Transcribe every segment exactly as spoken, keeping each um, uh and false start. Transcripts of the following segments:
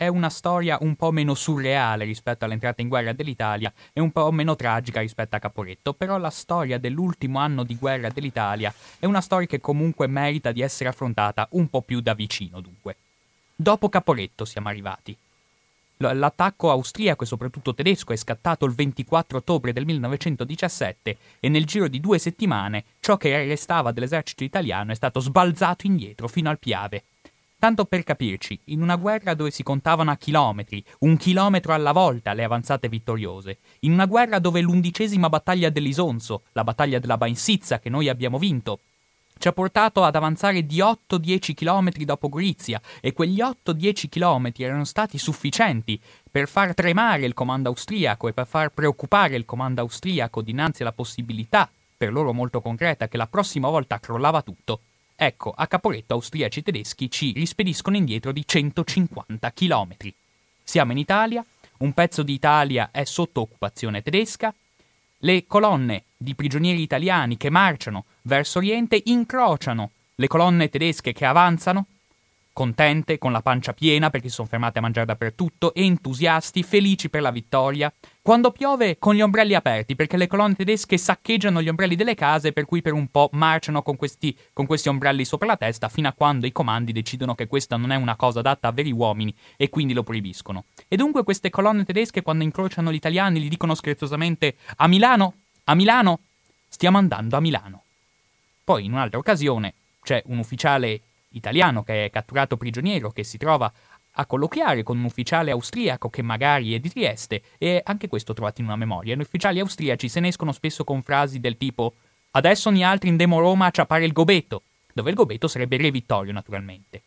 è una storia un po' meno surreale rispetto all'entrata in guerra dell'Italia e un po' meno tragica rispetto a Caporetto, però la storia dell'ultimo anno di guerra dell'Italia è una storia che comunque merita di essere affrontata un po' più da vicino, dunque. Dopo Caporetto siamo arrivati. L'attacco austriaco e soprattutto tedesco è scattato il ventiquattro ottobre del millenovecentodiciassette e nel giro di due settimane ciò che restava dell'esercito italiano è stato sbalzato indietro fino al Piave. Tanto per capirci, in una guerra dove si contavano a chilometri, un chilometro alla volta le avanzate vittoriose, in una guerra dove l'undicesima battaglia dell'Isonzo, la battaglia della Bainsizza che noi abbiamo vinto, ci ha portato ad avanzare di otto dieci chilometri dopo Gorizia e quegli otto dieci chilometri erano stati sufficienti per far tremare il comando austriaco e per far preoccupare il comando austriaco dinanzi alla possibilità, per loro molto concreta, che la prossima volta crollava tutto. Ecco, a Caporetto austriaci e tedeschi ci rispediscono indietro di centocinquanta chilometri. Siamo in Italia, un pezzo di Italia è sotto occupazione tedesca, le colonne di prigionieri italiani che marciano verso oriente incrociano le colonne tedesche che avanzano, contente, con la pancia piena perché si sono fermate a mangiare dappertutto, entusiasti, felici per la vittoria, quando piove con gli ombrelli aperti perché le colonne tedesche saccheggiano gli ombrelli delle case per cui per un po' marciano con questi, con questi ombrelli sopra la testa fino a quando i comandi decidono che questa non è una cosa adatta a veri uomini e quindi lo proibiscono. E dunque queste colonne tedesche quando incrociano gli italiani gli dicono scherzosamente a Milano, a Milano, stiamo andando a Milano. Poi in un'altra occasione c'è un ufficiale italiano che è catturato prigioniero che si trova a colloquiare con un ufficiale austriaco che magari è di Trieste e anche questo trovato in una memoria. Gli ufficiali austriaci se ne escono spesso con frasi del tipo adesso ni altri indemo Roma a ciapare il gobetto, dove il gobetto sarebbe Re Vittorio naturalmente.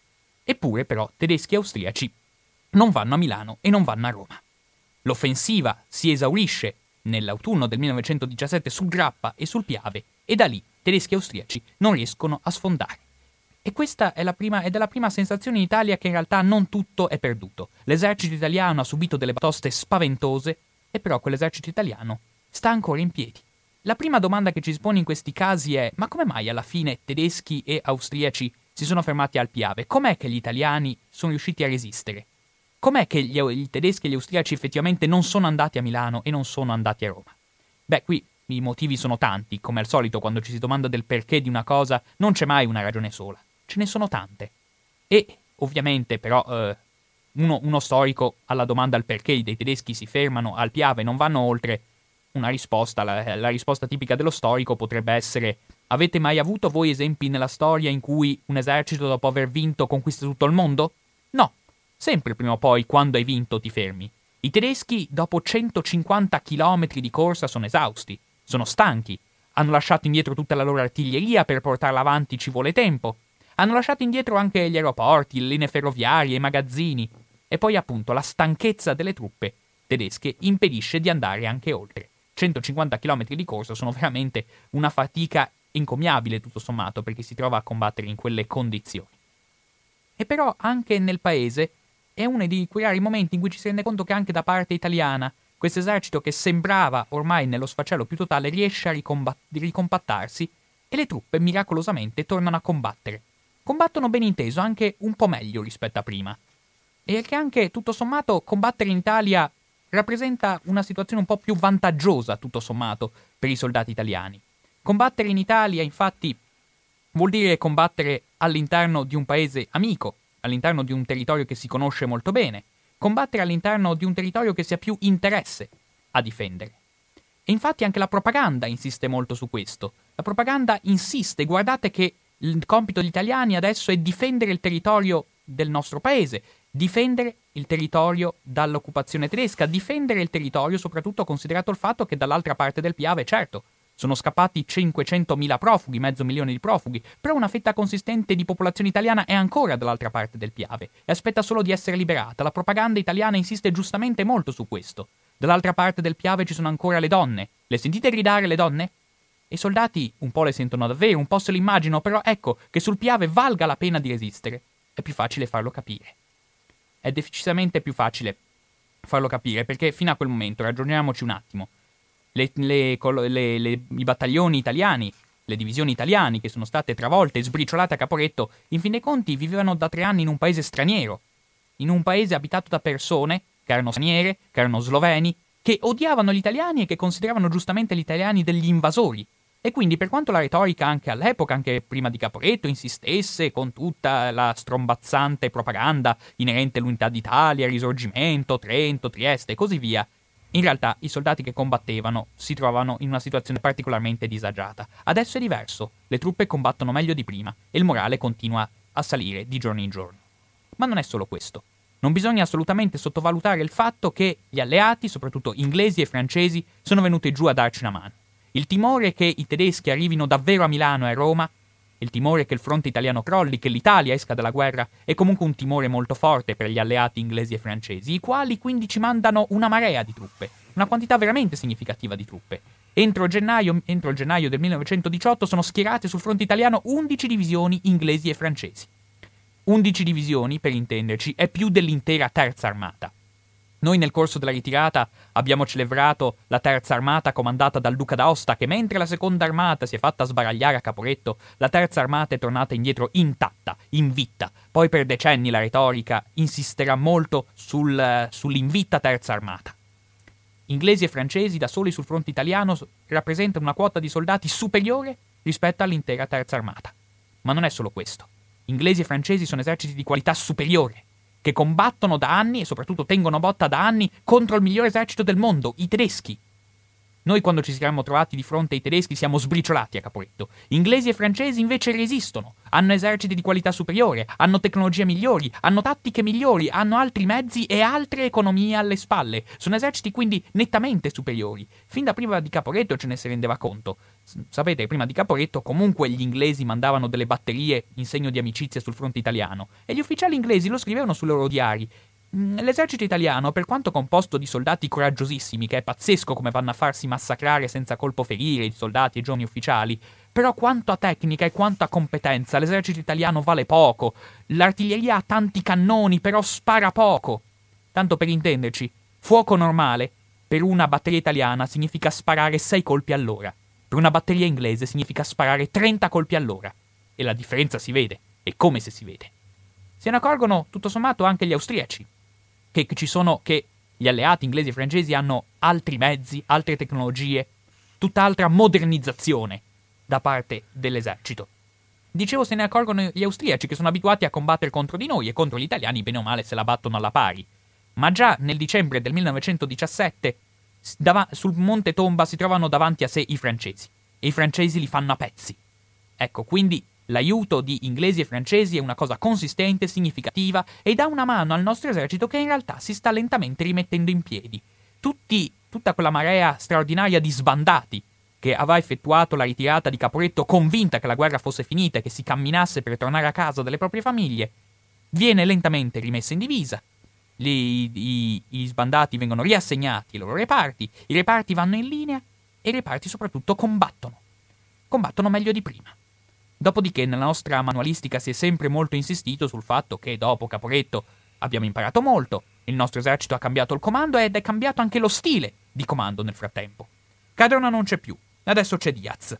Eppure però tedeschi e austriaci non vanno a Milano e non vanno a Roma. L'offensiva si esaurisce nell'autunno del millenovecentodiciassette sul Grappa e sul Piave e da lì tedeschi e austriaci non riescono a sfondare. E questa è la prima, ed è la prima sensazione in Italia che in realtà non tutto è perduto. L'esercito italiano ha subito delle batoste spaventose e però quell'esercito italiano sta ancora in piedi. La prima domanda che ci si pone in questi casi è ma come mai alla fine tedeschi e austriaci si sono fermati al Piave? Com'è che gli italiani sono riusciti a resistere? Com'è che gli, i tedeschi e gli austriaci effettivamente non sono andati a Milano e non sono andati a Roma? Beh, qui i motivi sono tanti, come al solito quando ci si domanda del perché di una cosa non c'è mai una ragione sola. Ce ne sono tante. E, ovviamente, però, eh, uno, uno storico alla domanda al perché dei tedeschi si fermano al Piave e non vanno oltre, una risposta, la, la risposta tipica dello storico potrebbe essere avete mai avuto voi esempi nella storia in cui un esercito dopo aver vinto conquista tutto il mondo? No. Sempre prima o poi, quando hai vinto, ti fermi. I tedeschi, dopo centocinquanta chilometri di corsa, sono esausti, sono stanchi, hanno lasciato indietro tutta la loro artiglieria, per portarla avanti ci vuole tempo. Hanno lasciato indietro anche gli aeroporti, le linee ferroviarie, i magazzini. E poi appunto la stanchezza delle truppe tedesche impedisce di andare anche oltre. centocinquanta chilometri di corsa sono veramente una fatica incommiabile tutto sommato perché si trova a combattere in quelle condizioni. E però anche nel paese è uno di quei rari momenti in cui ci si rende conto che anche da parte italiana questo esercito che sembrava ormai nello sfacelo più totale riesce a ricombat- ricompattarsi e le truppe miracolosamente tornano a combattere. Combattono ben inteso, anche un po' meglio rispetto a prima. E che anche, tutto sommato, combattere in Italia rappresenta una situazione un po' più vantaggiosa, tutto sommato, per i soldati italiani. Combattere in Italia, infatti, vuol dire combattere all'interno di un paese amico, all'interno di un territorio che si conosce molto bene, combattere all'interno di un territorio che si ha più interesse a difendere. E infatti anche la propaganda insiste molto su questo. La propaganda insiste, guardate che il compito degli italiani adesso è difendere il territorio del nostro paese, difendere il territorio dall'occupazione tedesca, difendere il territorio soprattutto considerato il fatto che dall'altra parte del Piave, certo, sono scappati cinquecentomila profughi, mezzo milione di profughi, però una fetta consistente di popolazione italiana è ancora dall'altra parte del Piave e aspetta solo di essere liberata. La propaganda italiana insiste giustamente molto su questo. Dall'altra parte del Piave ci sono ancora le donne. Le sentite gridare le donne? E i soldati un po' le sentono davvero, un po' se lo immaginano, però ecco che sul Piave valga la pena di resistere. È più facile farlo capire. È decisamente più facile farlo capire, perché fino a quel momento, ragioniamoci un attimo, le, le, le, le, i battaglioni italiani, le divisioni italiane che sono state travolte e sbriciolate a Caporetto, in fin dei conti vivevano da tre anni in un paese straniero. in un paese abitato da persone che erano straniere, che erano sloveni, che odiavano gli italiani e che consideravano giustamente gli italiani degli invasori. E quindi, per quanto la retorica anche all'epoca, anche prima di Caporetto, insistesse con tutta la strombazzante propaganda inerente all'unità d'Italia, Risorgimento, Trento, Trieste e così via, in realtà i soldati che combattevano si trovano in una situazione particolarmente disagiata. Adesso è diverso, le truppe combattono meglio di prima e il morale continua a salire di giorno in giorno. Ma non è solo questo. Non bisogna assolutamente sottovalutare il fatto che gli alleati, soprattutto inglesi e francesi, sono venuti giù a darci una mano. Il timore che i tedeschi arrivino davvero a Milano e a Roma, il timore che il fronte italiano crolli, che l'Italia esca dalla guerra, è comunque un timore molto forte per gli alleati inglesi e francesi, i quali quindi ci mandano una marea di truppe, una quantità veramente significativa di truppe. Entro gennaio, entro il gennaio del millenovecentodiciotto sono schierate sul fronte italiano undici divisioni inglesi e francesi. undici divisioni, per intenderci, è più dell'intera terza armata. Noi nel corso della ritirata abbiamo celebrato la terza armata comandata dal duca d'Aosta, che mentre la seconda armata si è fatta sbaragliare a Caporetto, la terza armata è tornata indietro intatta, invitta. Poi per decenni la retorica insisterà molto sul, sull'invitta terza armata. Inglesi e francesi da soli sul fronte italiano rappresentano una quota di soldati superiore rispetto all'intera terza armata. Ma non è solo questo. Inglesi e francesi sono eserciti di qualità superiore, che combattono da anni e soprattutto tengono botta da anni contro il migliore esercito del mondo, i tedeschi. Noi quando ci siamo trovati di fronte ai tedeschi siamo sbriciolati a Caporetto. Inglesi e francesi invece resistono, hanno eserciti di qualità superiore, hanno tecnologie migliori, hanno tattiche migliori, hanno altri mezzi e altre economie alle spalle. Sono eserciti quindi nettamente superiori. Fin da prima di Caporetto ce ne si rendeva conto. Sapete, prima di Caporetto comunque gli inglesi mandavano delle batterie in segno di amicizia sul fronte italiano e gli ufficiali inglesi lo scrivevano sui loro diari. L'esercito italiano, per quanto composto di soldati coraggiosissimi, che è pazzesco come vanno a farsi massacrare senza colpo ferire i soldati e i giovani ufficiali, però quanto a tecnica e quanto a competenza l'esercito italiano vale poco. L'artiglieria ha tanti cannoni, però spara poco. Tanto per intenderci, fuoco normale per una batteria italiana significa sparare sei colpi all'ora. Per una batteria inglese significa sparare trenta colpi all'ora. E la differenza si vede, e come se si vede. Se ne accorgono tutto sommato anche gli austriaci, che ci sono, che gli alleati inglesi e francesi hanno altri mezzi, altre tecnologie, tutt'altra modernizzazione da parte dell'esercito. Dicevo, se ne accorgono gli austriaci, che sono abituati a combattere contro di noi e contro gli italiani bene o male se la battono alla pari. Ma già nel dicembre del millenovecentodiciassette dav- sul Monte Tomba si trovano davanti a sé i francesi e i francesi li fanno a pezzi. Ecco, quindi l'aiuto di inglesi e francesi è una cosa consistente, significativa e dà una mano al nostro esercito che in realtà si sta lentamente rimettendo in piedi. Tutti, tutta quella marea straordinaria di sbandati che aveva effettuato la ritirata di Caporetto convinta che la guerra fosse finita e che si camminasse per tornare a casa dalle proprie famiglie, viene lentamente rimessa in divisa. Gli, i, i sbandati vengono riassegnati ai loro reparti, i reparti vanno in linea e i reparti soprattutto combattono. Combattono meglio di prima. Dopodiché nella nostra manualistica si è sempre molto insistito sul fatto che dopo Caporetto abbiamo imparato molto, il nostro esercito ha cambiato il comando ed è cambiato anche lo stile di comando nel frattempo. Cadorna non c'è più, adesso c'è Diaz.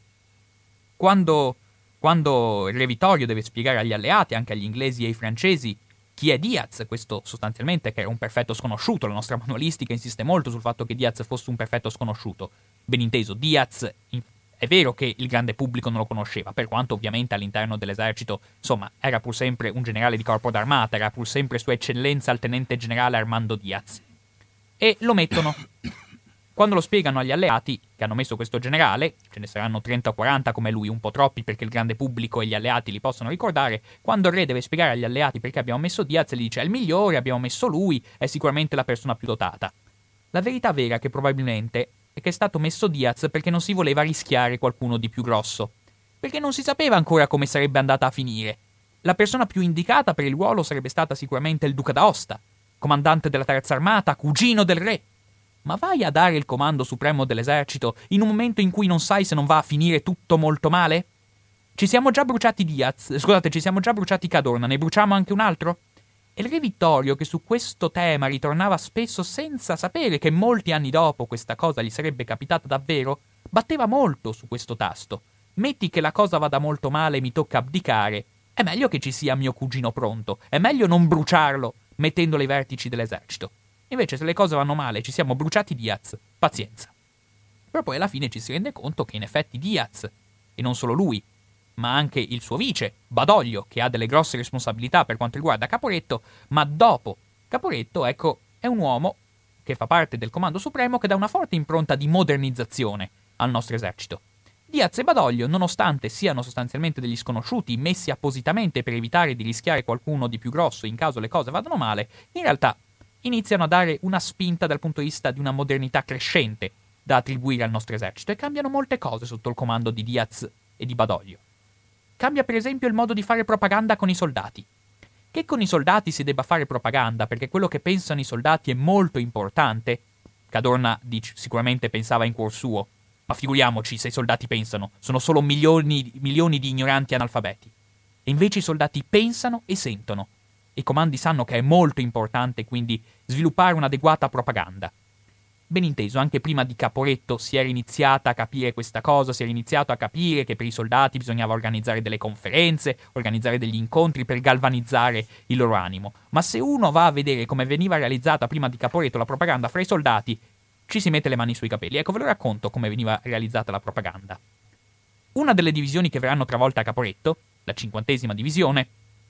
Quando, quando il Re Vittorio deve spiegare agli alleati, anche agli inglesi e ai francesi, chi è Diaz, questo sostanzialmente che era un perfetto sconosciuto, la nostra manualistica insiste molto sul fatto che Diaz fosse un perfetto sconosciuto. Ben inteso, Diaz in È vero che il grande pubblico non lo conosceva, per quanto ovviamente all'interno dell'esercito, insomma, era pur sempre un generale di corpo d'armata, era pur sempre Sua Eccellenza il tenente generale Armando Diaz. E lo mettono. Quando lo spiegano agli alleati, che hanno messo questo generale, ce ne saranno trenta o quaranta come lui, un po' troppi perché il grande pubblico e gli alleati li possono ricordare, quando il re deve spiegare agli alleati perché abbiamo messo Diaz, gli dice è il migliore, abbiamo messo lui, è sicuramente la persona più dotata. La verità vera è che probabilmente è che è stato messo Diaz perché non si voleva rischiare qualcuno di più grosso, perché non si sapeva ancora come sarebbe andata a finire. La persona più indicata per il ruolo sarebbe stata sicuramente il duca d'Aosta, comandante della terza armata, cugino del re. Ma vai a dare il comando supremo dell'esercito in un momento in cui non sai se non va a finire tutto molto male? Ci siamo già bruciati Diaz, scusate, ci siamo già bruciati Cadorna, ne bruciamo anche un altro? E il re Vittorio, che su questo tema ritornava spesso senza sapere che molti anni dopo questa cosa gli sarebbe capitata davvero, batteva molto su questo tasto. Metti che la cosa vada molto male e mi tocca abdicare, è meglio che ci sia mio cugino pronto, è meglio non bruciarlo mettendolo ai vertici dell'esercito. Invece se le cose vanno male, ci siamo bruciati Diaz, pazienza. Però poi alla fine ci si rende conto che in effetti Diaz, e non solo lui, ma anche il suo vice, Badoglio, che ha delle grosse responsabilità per quanto riguarda Caporetto, ma dopo Caporetto, ecco, è un uomo che fa parte del Comando Supremo che dà una forte impronta di modernizzazione al nostro esercito. Diaz e Badoglio, nonostante siano sostanzialmente degli sconosciuti messi appositamente per evitare di rischiare qualcuno di più grosso in caso le cose vadano male, in realtà iniziano a dare una spinta dal punto di vista di una modernità crescente da attribuire al nostro esercito e cambiano molte cose sotto il comando di Diaz e di Badoglio. Cambia per esempio il modo di fare propaganda con i soldati. Che con i soldati si debba fare propaganda perché quello che pensano i soldati è molto importante, Cadorna dice, sicuramente pensava in cuor suo, ma figuriamoci se i soldati pensano, sono solo milioni, milioni di ignoranti analfabeti. E invece i soldati pensano e sentono. I comandi sanno che è molto importante quindi sviluppare un'adeguata propaganda. Ben inteso, anche prima di Caporetto si era iniziata a capire questa cosa, si era iniziato a capire che per i soldati bisognava organizzare delle conferenze, organizzare degli incontri per galvanizzare il loro animo. Ma se uno va a vedere come veniva realizzata prima di Caporetto la propaganda fra i soldati, ci si mette le mani sui capelli. Ecco, ve lo racconto come veniva realizzata la propaganda. Una delle divisioni che verranno travolte a Caporetto, la cinquantesima divisione,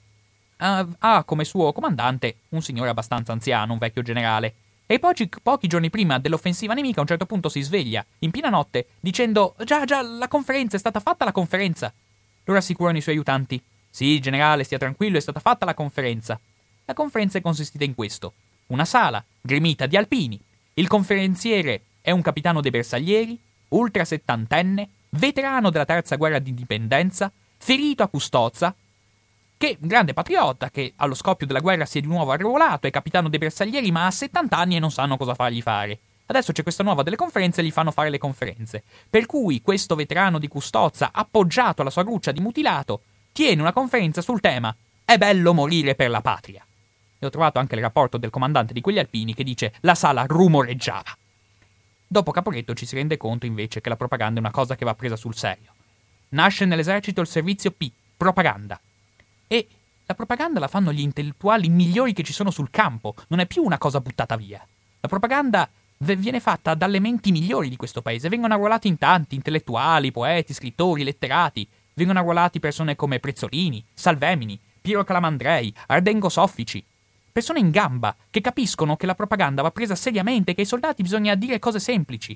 ha, ha come suo comandante un signore abbastanza anziano, un vecchio generale. E poi pochi giorni prima dell'offensiva nemica a un certo punto si sveglia, in piena notte, dicendo «Già, già, la conferenza, è stata fatta la conferenza!» Lo rassicurano i suoi aiutanti. «Sì, generale, stia tranquillo, è stata fatta la conferenza!» La conferenza è consistita in questo. Una sala, gremita di alpini. Il conferenziere è un capitano dei bersaglieri, ultra settantenne, veterano della terza guerra d'indipendenza, ferito a Custozza, che grande patriota, che allo scoppio della guerra si è di nuovo arruolato, è capitano dei bersaglieri, ma ha settanta anni e non sanno cosa fargli fare. Adesso c'è questa nuova delle conferenze e gli fanno fare le conferenze. Per cui questo veterano di Custozza, appoggiato alla sua gruccia di mutilato, tiene una conferenza sul tema «È bello morire per la patria». E ho trovato anche il rapporto del comandante di quegli alpini che dice «La sala rumoreggiava». Dopo Caporetto ci si rende conto invece che la propaganda è una cosa che va presa sul serio. Nasce nell'esercito il servizio P, propaganda. E la propaganda la fanno gli intellettuali migliori che ci sono sul campo, non è più una cosa buttata via. La propaganda v- viene fatta dalle menti migliori di questo paese, vengono arruolati in tanti, intellettuali, poeti, scrittori, letterati, vengono arruolati persone come Prezzolini, Salvemini, Piero Calamandrei, Ardengo Soffici, persone in gamba che capiscono che la propaganda va presa seriamente, che ai soldati bisogna dire cose semplici.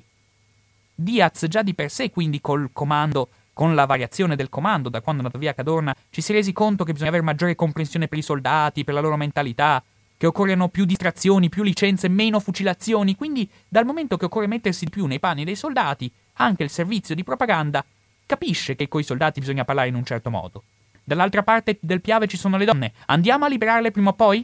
Diaz già di per sé, quindi col comando, con la variazione del comando, da quando è andato via Cadorna, ci si è resi conto che bisogna avere maggiore comprensione per i soldati, per la loro mentalità, che occorrono più distrazioni, più licenze, meno fucilazioni, quindi dal momento che occorre mettersi di più nei panni dei soldati, anche il servizio di propaganda capisce che coi soldati bisogna parlare in un certo modo. Dall'altra parte del Piave ci sono le donne, andiamo a liberarle prima o poi?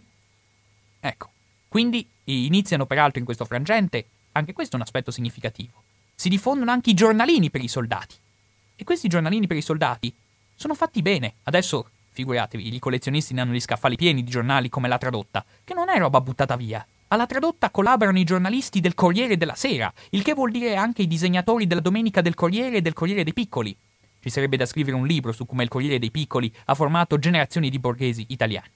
Ecco, quindi iniziano peraltro in questo frangente, anche questo è un aspetto significativo, si diffondono anche i giornalini per i soldati. E questi giornalini per i soldati sono fatti bene. Adesso, figuratevi, i collezionisti ne hanno gli scaffali pieni di giornali come La Tradotta, che non è roba buttata via. Alla Tradotta collaborano i giornalisti del Corriere della Sera, il che vuol dire anche i disegnatori della Domenica del Corriere e del Corriere dei Piccoli. Ci sarebbe da scrivere un libro su come il Corriere dei Piccoli ha formato generazioni di borghesi italiani.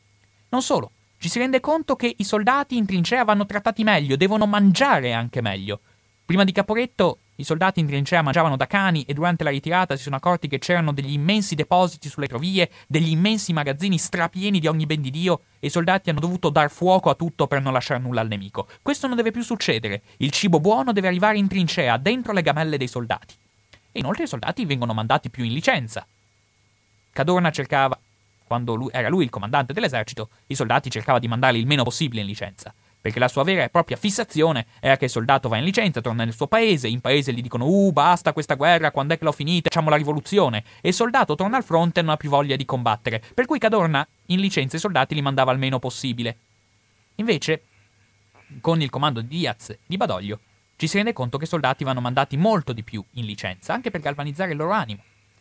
Non solo, ci si rende conto che i soldati in trincea vanno trattati meglio, devono mangiare anche meglio. Prima di Caporetto i soldati in trincea mangiavano da cani e durante la ritirata si sono accorti che c'erano degli immensi depositi sulle trovie, degli immensi magazzini strapieni di ogni ben di Dio e i soldati hanno dovuto dar fuoco a tutto per non lasciare nulla al nemico. Questo non deve più succedere. Il cibo buono deve arrivare in trincea, dentro le gamelle dei soldati. E inoltre i soldati vengono mandati più in licenza. Cadorna cercava, quando lui, era lui il comandante dell'esercito, i soldati cercava di mandarli il meno possibile in licenza. Perché la sua vera e propria fissazione era che il soldato va in licenza, torna nel suo paese, in paese gli dicono «Uh, basta questa guerra, quando è che l'ho finita, facciamo la rivoluzione», e il soldato torna al fronte e non ha più voglia di combattere, per cui Cadorna in licenza i soldati li mandava il meno possibile. Invece, con il comando di Diaz, di Badoglio, ci si rende conto che i soldati vanno mandati molto di più in licenza, anche per galvanizzare il loro animo.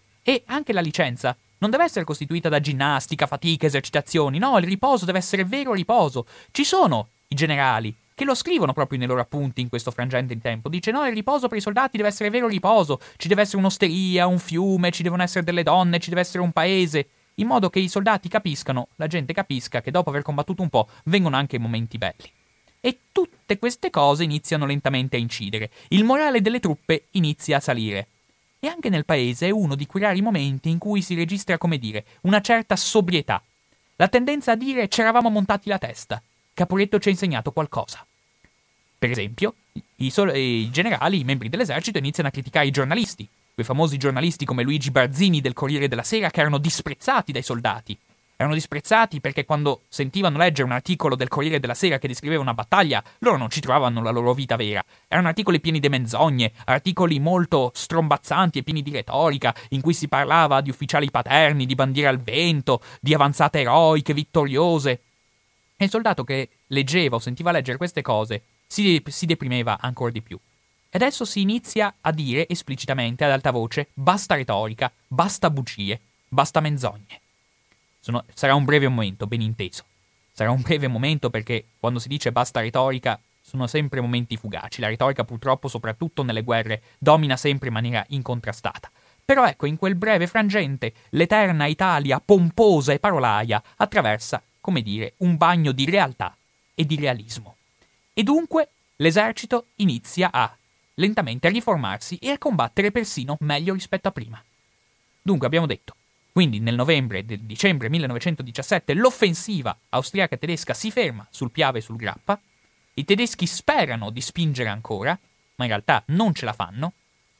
E anche la licenza non deve essere costituita da ginnastica, fatica, esercitazioni, no, il riposo deve essere vero riposo. Ci sono i generali, che lo scrivono proprio nei loro appunti in questo frangente di tempo. Dice no, il riposo per i soldati deve essere vero riposo, ci deve essere un'osteria, un fiume, ci devono essere delle donne, ci deve essere un paese. in modo che i soldati capiscano, la gente capisca che dopo aver combattuto un po' vengono anche i momenti belli. E tutte queste cose iniziano lentamente a incidere. Il morale delle truppe inizia a salire. E anche nel paese è uno di quei rari momenti in cui si registra, come dire, una certa sobrietà. La tendenza a dire c'eravamo montati la testa. Caporetto ci ha insegnato qualcosa. Per esempio, i, sol- i generali, i membri dell'esercito iniziano a criticare i giornalisti. Quei famosi giornalisti come Luigi Barzini del Corriere della Sera che erano disprezzati dai soldati. Erano disprezzati perché quando sentivano leggere un articolo del Corriere della Sera che descriveva una battaglia, loro non ci trovavano la loro vita vera. Erano articoli pieni di menzogne, articoli molto strombazzanti e pieni di retorica, in cui si parlava di ufficiali paterni, di bandiere al vento, di avanzate eroiche, vittoriose. E il soldato che leggeva o sentiva leggere queste cose si, si deprimeva ancora di più. E adesso si inizia a dire esplicitamente ad alta voce basta retorica, basta bugie, basta menzogne. Sono, sarà un breve momento, ben inteso. Sarà un breve momento perché quando si dice basta retorica sono sempre momenti fugaci. La retorica purtroppo, soprattutto nelle guerre, domina sempre in maniera incontrastata. Però ecco, in quel breve frangente, l'eterna Italia pomposa e parolaia attraversa, come dire, un bagno di realtà e di realismo. E dunque l'esercito inizia a lentamente a riformarsi e a combattere persino meglio rispetto a prima. Dunque abbiamo detto, quindi nel novembre del dicembre millenovecentodiciassette l'offensiva austriaca e tedesca si ferma sul Piave e sul Grappa, i tedeschi sperano di spingere ancora, ma in realtà non ce la fanno,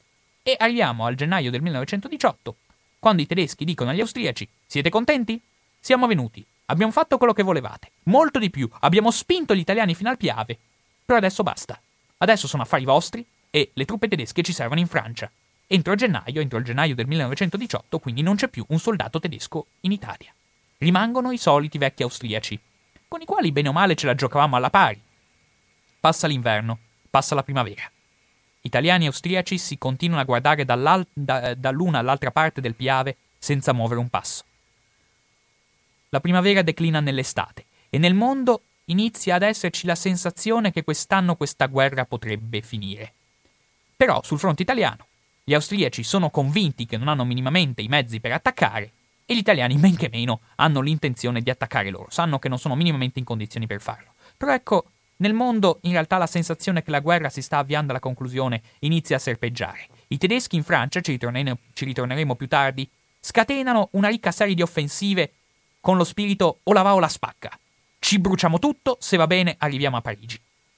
e arriviamo al gennaio del millenovecentodiciotto, quando i tedeschi dicono agli austriaci: siete contenti? Siamo venuti, abbiamo fatto quello che volevate, molto di più, abbiamo spinto gli italiani fino al Piave, però adesso basta, adesso sono affari vostri e le truppe tedesche ci servono in Francia. Entro gennaio, entro il gennaio del millenovecentodiciotto, quindi non c'è più un soldato tedesco in Italia. Rimangono i soliti vecchi austriaci, con i quali bene o male ce la giocavamo alla pari. Passa l'inverno, passa la primavera. Italiani e austriaci si continuano a guardare da, dall'una all'altra parte del Piave senza muovere un passo. La primavera declina nell'estate e nel mondo inizia ad esserci la sensazione che quest'anno questa guerra potrebbe finire. Però sul fronte italiano gli austriaci sono convinti che non hanno minimamente i mezzi per attaccare e gli italiani, men che meno, hanno l'intenzione di attaccare loro, sanno che non sono minimamente in condizioni per farlo. Però ecco, nel mondo in realtà la sensazione che la guerra si sta avviando alla conclusione inizia a serpeggiare. I tedeschi in Francia, ci ritorneremo, ci ritorneremo più tardi, scatenano una ricca serie di offensive con lo spirito o la va o la spacca. Ci bruciamo tutto, se va bene arriviamo a Parigi.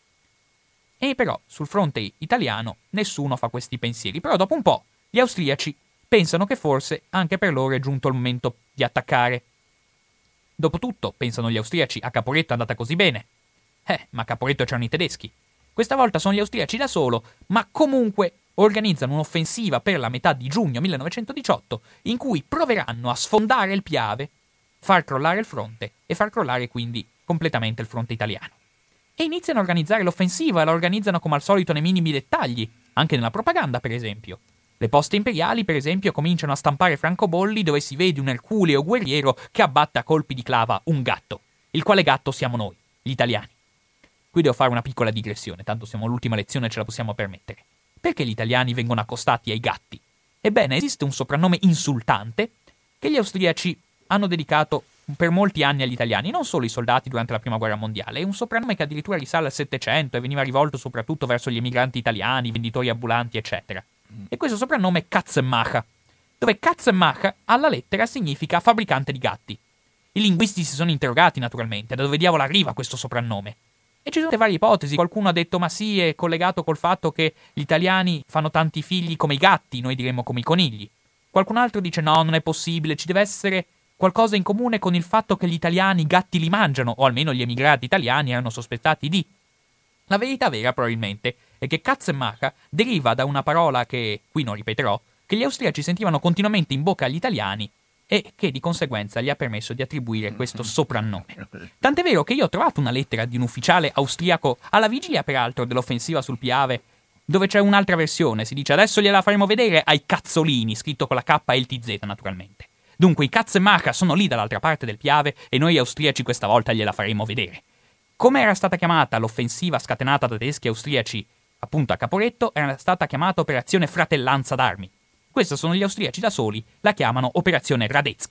E però sul fronte italiano nessuno fa questi pensieri, però dopo un po' gli austriaci pensano che forse anche per loro è giunto il momento di attaccare. Dopotutto, pensano gli austriaci, a Caporetto è andata così bene. Eh, ma a Caporetto c'erano i tedeschi. Questa volta sono gli austriaci da solo, ma comunque organizzano un'offensiva per la metà di giugno millenovecentodiciotto in cui proveranno a sfondare il Piave, far crollare il fronte e far crollare quindi completamente il fronte italiano. E iniziano a organizzare l'offensiva e la organizzano come al solito nei minimi dettagli, anche nella propaganda per esempio. Le poste imperiali per esempio cominciano a stampare francobolli dove si vede un erculeo guerriero che abbatte a colpi di clava un gatto, il quale gatto siamo noi, gli italiani. Qui devo fare una piccola digressione, tanto siamo all'ultima lezione e ce la possiamo permettere. Perché gli italiani vengono accostati ai gatti? Ebbene, esiste un soprannome insultante che gli austriaci hanno dedicato per molti anni agli italiani, non solo i soldati durante la prima guerra mondiale. È un soprannome che addirittura risale al Settecento e veniva rivolto soprattutto verso gli emigranti italiani, venditori ambulanti, eccetera. E questo soprannome è Katzenmacher, dove Katzenmacher alla lettera significa fabbricante di gatti. I linguisti si sono interrogati naturalmente da dove diavolo arriva questo soprannome. E ci sono varie ipotesi. Qualcuno ha detto ma sì, è collegato col fatto che gli italiani fanno tanti figli come i gatti, noi diremmo come i conigli. Qualcun altro dice no, non è possibile, ci deve essere qualcosa in comune con il fatto che gli italiani i gatti li mangiano, o almeno gli emigrati italiani erano sospettati di. La verità vera probabilmente è che Katzenmacher deriva da una parola che, qui non ripeterò, che gli austriaci sentivano continuamente in bocca agli italiani e che di conseguenza gli ha permesso di attribuire questo soprannome. Tant'è vero che io ho trovato una lettera di un ufficiale austriaco alla vigilia peraltro dell'offensiva sul Piave, dove c'è un'altra versione, si dice adesso gliela faremo vedere ai cazzolini, scritto con la K e il T Z naturalmente. Dunque i Katzenmacher sono lì dall'altra parte del Piave e noi austriaci questa volta gliela faremo vedere. Come era stata chiamata l'offensiva scatenata da tedeschi e austriaci appunto a Caporetto, era stata chiamata Operazione Fratellanza d'Armi. Questi sono gli austriaci da soli, la chiamano Operazione Radetzky.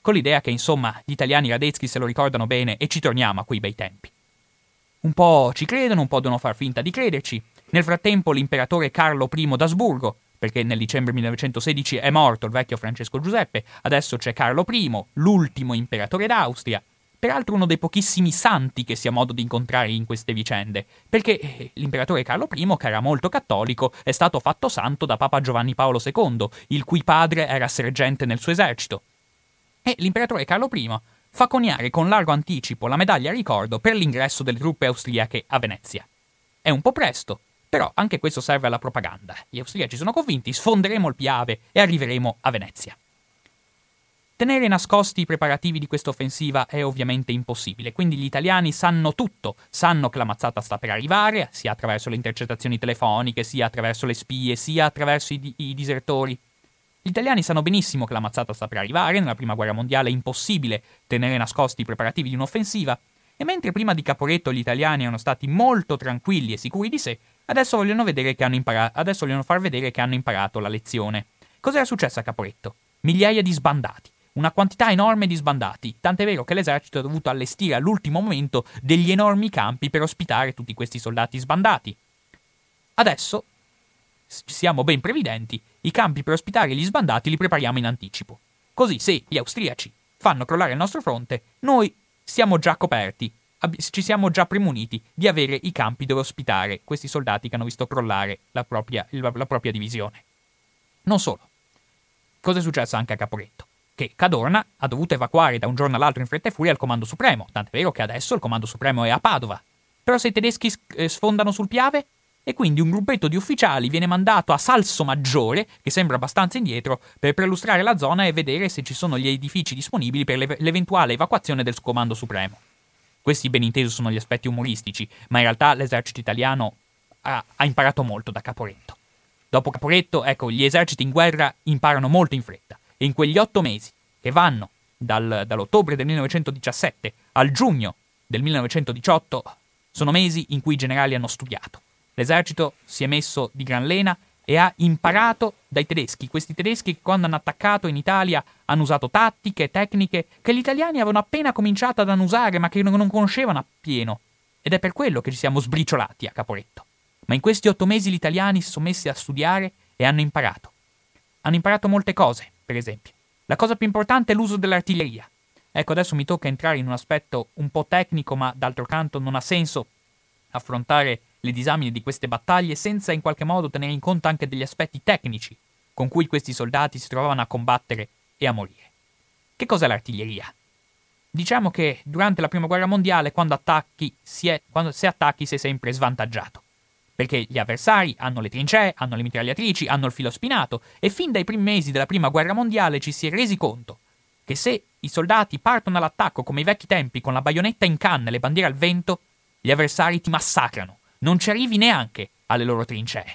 con l'idea che insomma gli italiani Radetzky se lo ricordano bene e ci torniamo a quei bei tempi. Un po' ci credono, un po' devono far finta di crederci. Nel frattempo l'imperatore Carlo I d'Asburgo, perché nel dicembre millenovecentosedici è morto il vecchio Francesco Giuseppe, adesso c'è Carlo I, l'ultimo imperatore d'Austria, peraltro uno dei pochissimi santi che si ha modo di incontrare in queste vicende, perché l'imperatore Carlo I, che era molto cattolico, è stato fatto santo da Papa Giovanni Paolo secondo, il cui padre era sergente nel suo esercito. E l'imperatore Carlo I fa coniare con largo anticipo la medaglia a ricordo per l'ingresso delle truppe austriache a Venezia. È un po' presto, però anche questo serve alla propaganda. Gli austriaci sono convinti, sfonderemo il Piave e arriveremo a Venezia. Tenere nascosti i preparativi di questa offensiva è ovviamente impossibile, quindi gli italiani sanno tutto, sanno che la mazzata sta per arrivare, sia attraverso le intercettazioni telefoniche, sia attraverso le spie, sia attraverso i, di- i disertori. Gli italiani sanno benissimo che la mazzata sta per arrivare, nella Prima Guerra Mondiale è impossibile tenere nascosti i preparativi di un'offensiva, e mentre prima di Caporetto gli italiani erano stati molto tranquilli e sicuri di sé, adesso vogliono, vedere che hanno imparato, adesso vogliono far vedere che hanno imparato la lezione. Cos'era successo a Caporetto? Migliaia di sbandati. Una quantità enorme di sbandati, tant'è vero che l'esercito ha dovuto allestire all'ultimo momento degli enormi campi per ospitare tutti questi soldati sbandati. Adesso, siamo ben previdenti, i campi per ospitare gli sbandati li prepariamo in anticipo. Così se gli austriaci fanno crollare il nostro fronte, noi siamo già coperti, ab- ci siamo già premuniti di avere i campi dove ospitare questi soldati che hanno visto crollare la propria, la, la propria divisione. Non solo. Cosa è successo anche a Caporetto? Che Cadorna ha dovuto evacuare da un giorno all'altro in fretta e furia il Comando Supremo, tant'è vero che adesso il Comando Supremo è a Padova. Però se i tedeschi sfondano sul Piave, e quindi un gruppetto di ufficiali viene mandato a Salsomaggiore, che sembra abbastanza indietro, per perlustrare la zona e vedere se ci sono gli edifici disponibili per l'ev- l'eventuale evacuazione del Comando Supremo. Questi ben inteso sono gli aspetti umoristici, ma in realtà l'esercito italiano ha, ha imparato molto da Caporetto. Dopo Caporetto, ecco, gli eserciti in guerra imparano molto in fretta. E in quegli otto mesi, che vanno dal, dall'ottobre del millenovecentodiciassette al giugno del millenovecentodiciotto, sono mesi in cui i generali hanno studiato. L'esercito si è messo di gran lena e ha imparato dai tedeschi. Questi tedeschi che quando hanno attaccato in Italia hanno usato tattiche, tecniche che gli italiani avevano appena cominciato ad annusare ma che non conoscevano appieno. Ed è per quello che ci siamo sbriciolati a Caporetto. Ma in questi otto mesi gli italiani si sono messi a studiare e hanno imparato. Hanno imparato molte cose. Per esempio, la cosa più importante è l'uso dell'artiglieria. Ecco, adesso mi tocca entrare in un aspetto un po' tecnico, ma d'altro canto non ha senso affrontare le disamine di queste battaglie senza in qualche modo tenere in conto anche degli aspetti tecnici con cui questi soldati si trovavano a combattere e a morire. Che cos'è l'artiglieria? Diciamo che durante la Prima Guerra Mondiale, quando attacchi, si è, quando se attacchi sei sempre svantaggiato. Perché gli avversari hanno le trincee, hanno le mitragliatrici, hanno il filo spinato e fin dai primi mesi della Prima Guerra Mondiale ci si è resi conto che se i soldati partono all'attacco come ai vecchi tempi con la baionetta in canna e le bandiere al vento, gli avversari ti massacrano, non ci arrivi neanche alle loro trincee.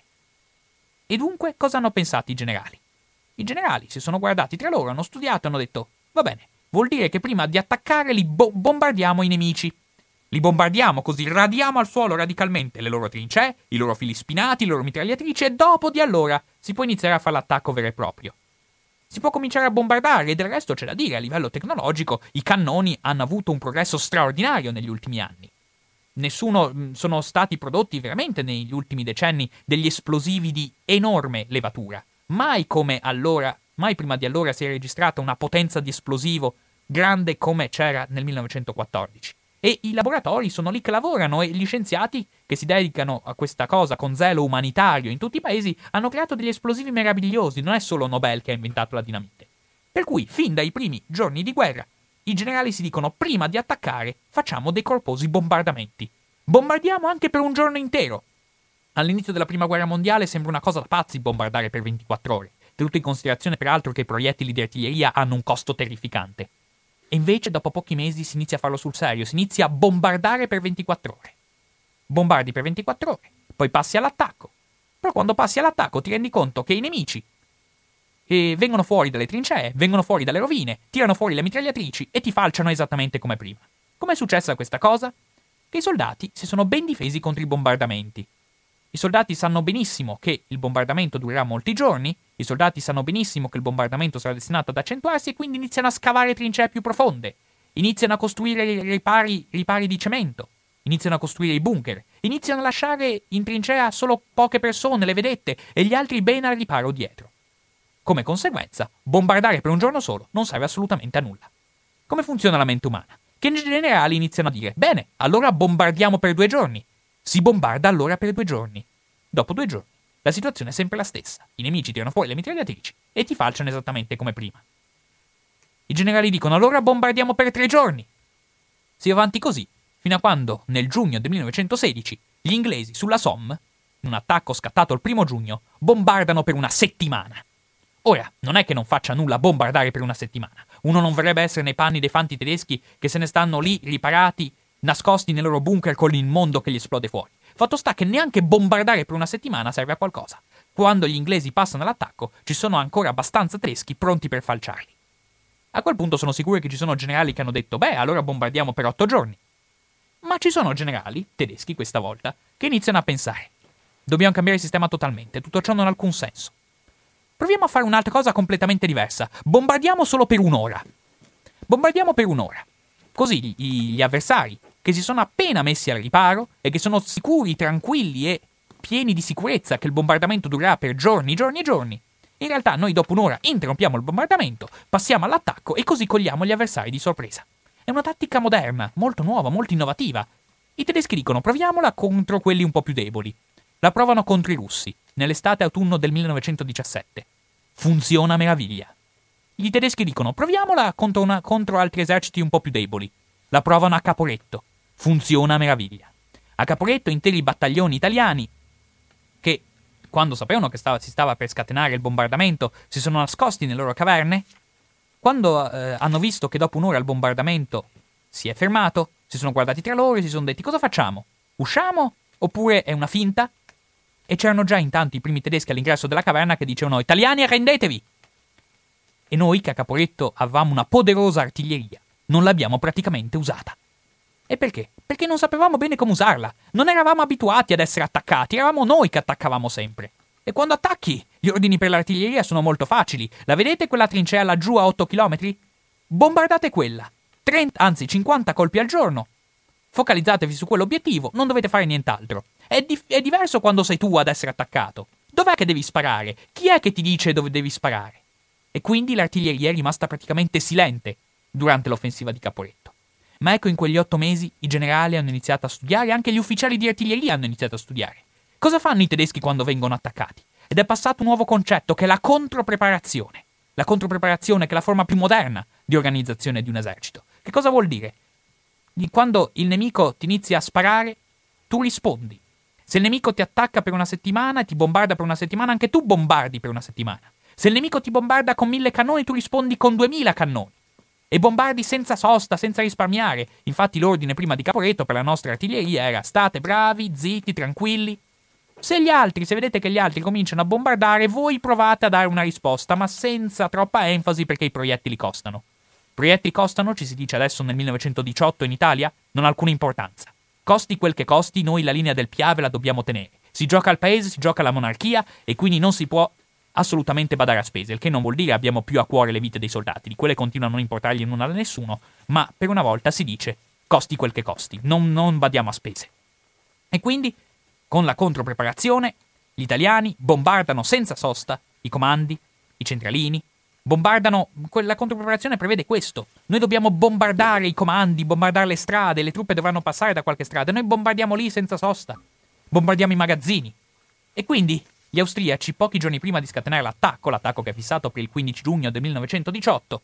E dunque cosa hanno pensato i generali? I generali si sono guardati tra loro, hanno studiato e hanno detto: va bene, vuol dire che prima di attaccare li bo- bombardiamo i nemici. Li bombardiamo, così radiamo al suolo radicalmente le loro trincee, i loro fili spinati, le loro mitragliatrici e dopo di allora si può iniziare a fare l'attacco vero e proprio. Si può cominciare a bombardare e del resto c'è da dire, a livello tecnologico i cannoni hanno avuto un progresso straordinario negli ultimi anni. Nessuno sono stati prodotti veramente negli ultimi decenni degli esplosivi di enorme levatura. Mai come allora, mai prima di allora si è registrata una potenza di esplosivo grande come c'era nel millenovecentoquattordici. E i laboratori sono lì che lavorano e gli scienziati che si dedicano a questa cosa con zelo umanitario in tutti i paesi hanno creato degli esplosivi meravigliosi, non è solo Nobel che ha inventato la dinamite. Per cui, fin dai primi giorni di guerra, i generali si dicono: prima di attaccare facciamo dei corposi bombardamenti. Bombardiamo anche per un giorno intero. All'inizio della Prima Guerra Mondiale sembra una cosa da pazzi bombardare per ventiquattro ore, tenuto in considerazione peraltro che i proiettili di artiglieria hanno un costo terrificante. E invece dopo pochi mesi si inizia a farlo sul serio, si inizia a bombardare per ventiquattro ore. Bombardi per ventiquattro ore, poi passi all'attacco. Però quando passi all'attacco ti rendi conto che i nemici eh, vengono fuori dalle trincee, vengono fuori dalle rovine, tirano fuori le mitragliatrici e ti falciano esattamente come prima. Com'è successa questa cosa? Che i soldati si sono ben difesi contro i bombardamenti. I soldati sanno benissimo che il bombardamento durerà molti giorni I soldati sanno benissimo che il bombardamento sarà destinato ad accentuarsi e quindi iniziano a scavare trincee più profonde. Iniziano a costruire ripari, ripari di cemento. Iniziano a costruire i bunker. Iniziano a lasciare in trincea solo poche persone, le vedette, e gli altri bene al riparo dietro. Come conseguenza, bombardare per un giorno solo non serve assolutamente a nulla. Come funziona la mente umana? Che in generale iniziano a dire: bene, allora bombardiamo per due giorni. Si bombarda allora per due giorni. Dopo due giorni, la situazione è sempre la stessa. I nemici tirano fuori le mitragliatrici e ti falciano esattamente come prima. I generali dicono: allora bombardiamo per tre giorni. Si va avanti così, fino a quando, nel giugno del millenovecentosedici, gli inglesi sulla Somme, in un attacco scattato il primo giugno, bombardano per una settimana. Ora, non è che non faccia nulla bombardare per una settimana. Uno non vorrebbe essere nei panni dei fanti tedeschi che se ne stanno lì riparati, nascosti nei loro bunker con il mondo che gli esplode fuori. Fatto sta che neanche bombardare per una settimana serve a qualcosa. Quando gli inglesi passano all'attacco, ci sono ancora abbastanza tedeschi pronti per falciarli. A quel punto sono sicuro che ci sono generali che hanno detto: beh, allora bombardiamo per otto giorni. Ma ci sono generali, tedeschi questa volta, che iniziano a pensare: dobbiamo cambiare il sistema totalmente, tutto ciò non ha alcun senso. Proviamo a fare un'altra cosa completamente diversa. Bombardiamo solo per un'ora. Bombardiamo per un'ora. Così gli, gli avversari, che si sono appena messi al riparo e che sono sicuri, tranquilli e pieni di sicurezza che il bombardamento durerà per giorni, giorni e giorni, in realtà noi dopo un'ora interrompiamo il bombardamento, passiamo all'attacco e così cogliamo gli avversari di sorpresa. È una tattica moderna, molto nuova, molto innovativa. I tedeschi dicono: proviamola contro quelli un po' più deboli. La provano contro i russi, nell'estate-autunno del millenovecentodiciassette. Funziona a meraviglia. Gli tedeschi dicono: proviamola contro, una, contro altri eserciti un po' più deboli. La provano a Caporetto. Funziona a meraviglia. A Caporetto interi battaglioni italiani che, quando sapevano che stava, si stava per scatenare il bombardamento, si sono nascosti nelle loro caverne. Quando eh, hanno visto che dopo un'ora il bombardamento si è fermato, si sono guardati tra loro e si sono detti: cosa facciamo? Usciamo? Oppure è una finta? E c'erano già intanto i primi tedeschi all'ingresso della caverna che dicevano: italiani, arrendetevi! E noi, che a Caporetto avevamo una poderosa artiglieria, non l'abbiamo praticamente usata. E perché? Perché non sapevamo bene come usarla. Non eravamo abituati ad essere attaccati, eravamo noi che attaccavamo sempre. E quando attacchi, gli ordini per l'artiglieria sono molto facili. La vedete quella trincea laggiù a otto chilometri? Bombardate quella. trenta, anzi cinquanta colpi al giorno. Focalizzatevi su quell'obiettivo, non dovete fare nient'altro. È, di- è diverso quando sei tu ad essere attaccato. Dov'è che devi sparare? Chi è che ti dice dove devi sparare? E quindi l'artiglieria è rimasta praticamente silente durante l'offensiva di Caporetto. Ma ecco, in quegli otto mesi i generali hanno iniziato a studiare, anche gli ufficiali di artiglieria hanno iniziato a studiare. Cosa fanno i tedeschi quando vengono attaccati? Ed è passato un nuovo concetto, che è la contropreparazione. La contropreparazione, che è la forma più moderna di organizzazione di un esercito. Che cosa vuol dire? Quando il nemico ti inizia a sparare, tu rispondi. Se il nemico ti attacca per una settimana e ti bombarda per una settimana, anche tu bombardi per una settimana. Se il nemico ti bombarda con mille cannoni, tu rispondi con duemila cannoni. E bombardi senza sosta, senza risparmiare. Infatti l'ordine prima di Caporetto per la nostra artiglieria era: state bravi, zitti, tranquilli. Se gli altri, se vedete che gli altri cominciano a bombardare, voi provate a dare una risposta, ma senza troppa enfasi, perché i proiettili costano. Proiettili costano, ci si dice adesso nel millenovecentodiciotto in Italia, non ha alcuna importanza. Costi quel che costi, noi la linea del Piave la dobbiamo tenere. Si gioca al paese, si gioca alla monarchia e quindi non si può assolutamente badare a spese, il che non vuol dire abbiamo più a cuore le vite dei soldati, di quelle continuano a non importargli nulla a nessuno, ma per una volta si dice costi quel che costi, non, non badiamo a spese. E quindi, con la contropreparazione, gli italiani bombardano senza sosta i comandi, i centralini, bombardano, la contropreparazione prevede questo, noi dobbiamo bombardare i comandi, bombardare le strade, le truppe dovranno passare da qualche strada, noi bombardiamo lì senza sosta, bombardiamo i magazzini. E quindi gli austriaci, pochi giorni prima di scatenare l'attacco, l'attacco che è fissato per il quindici giugno del millenovecentodiciotto,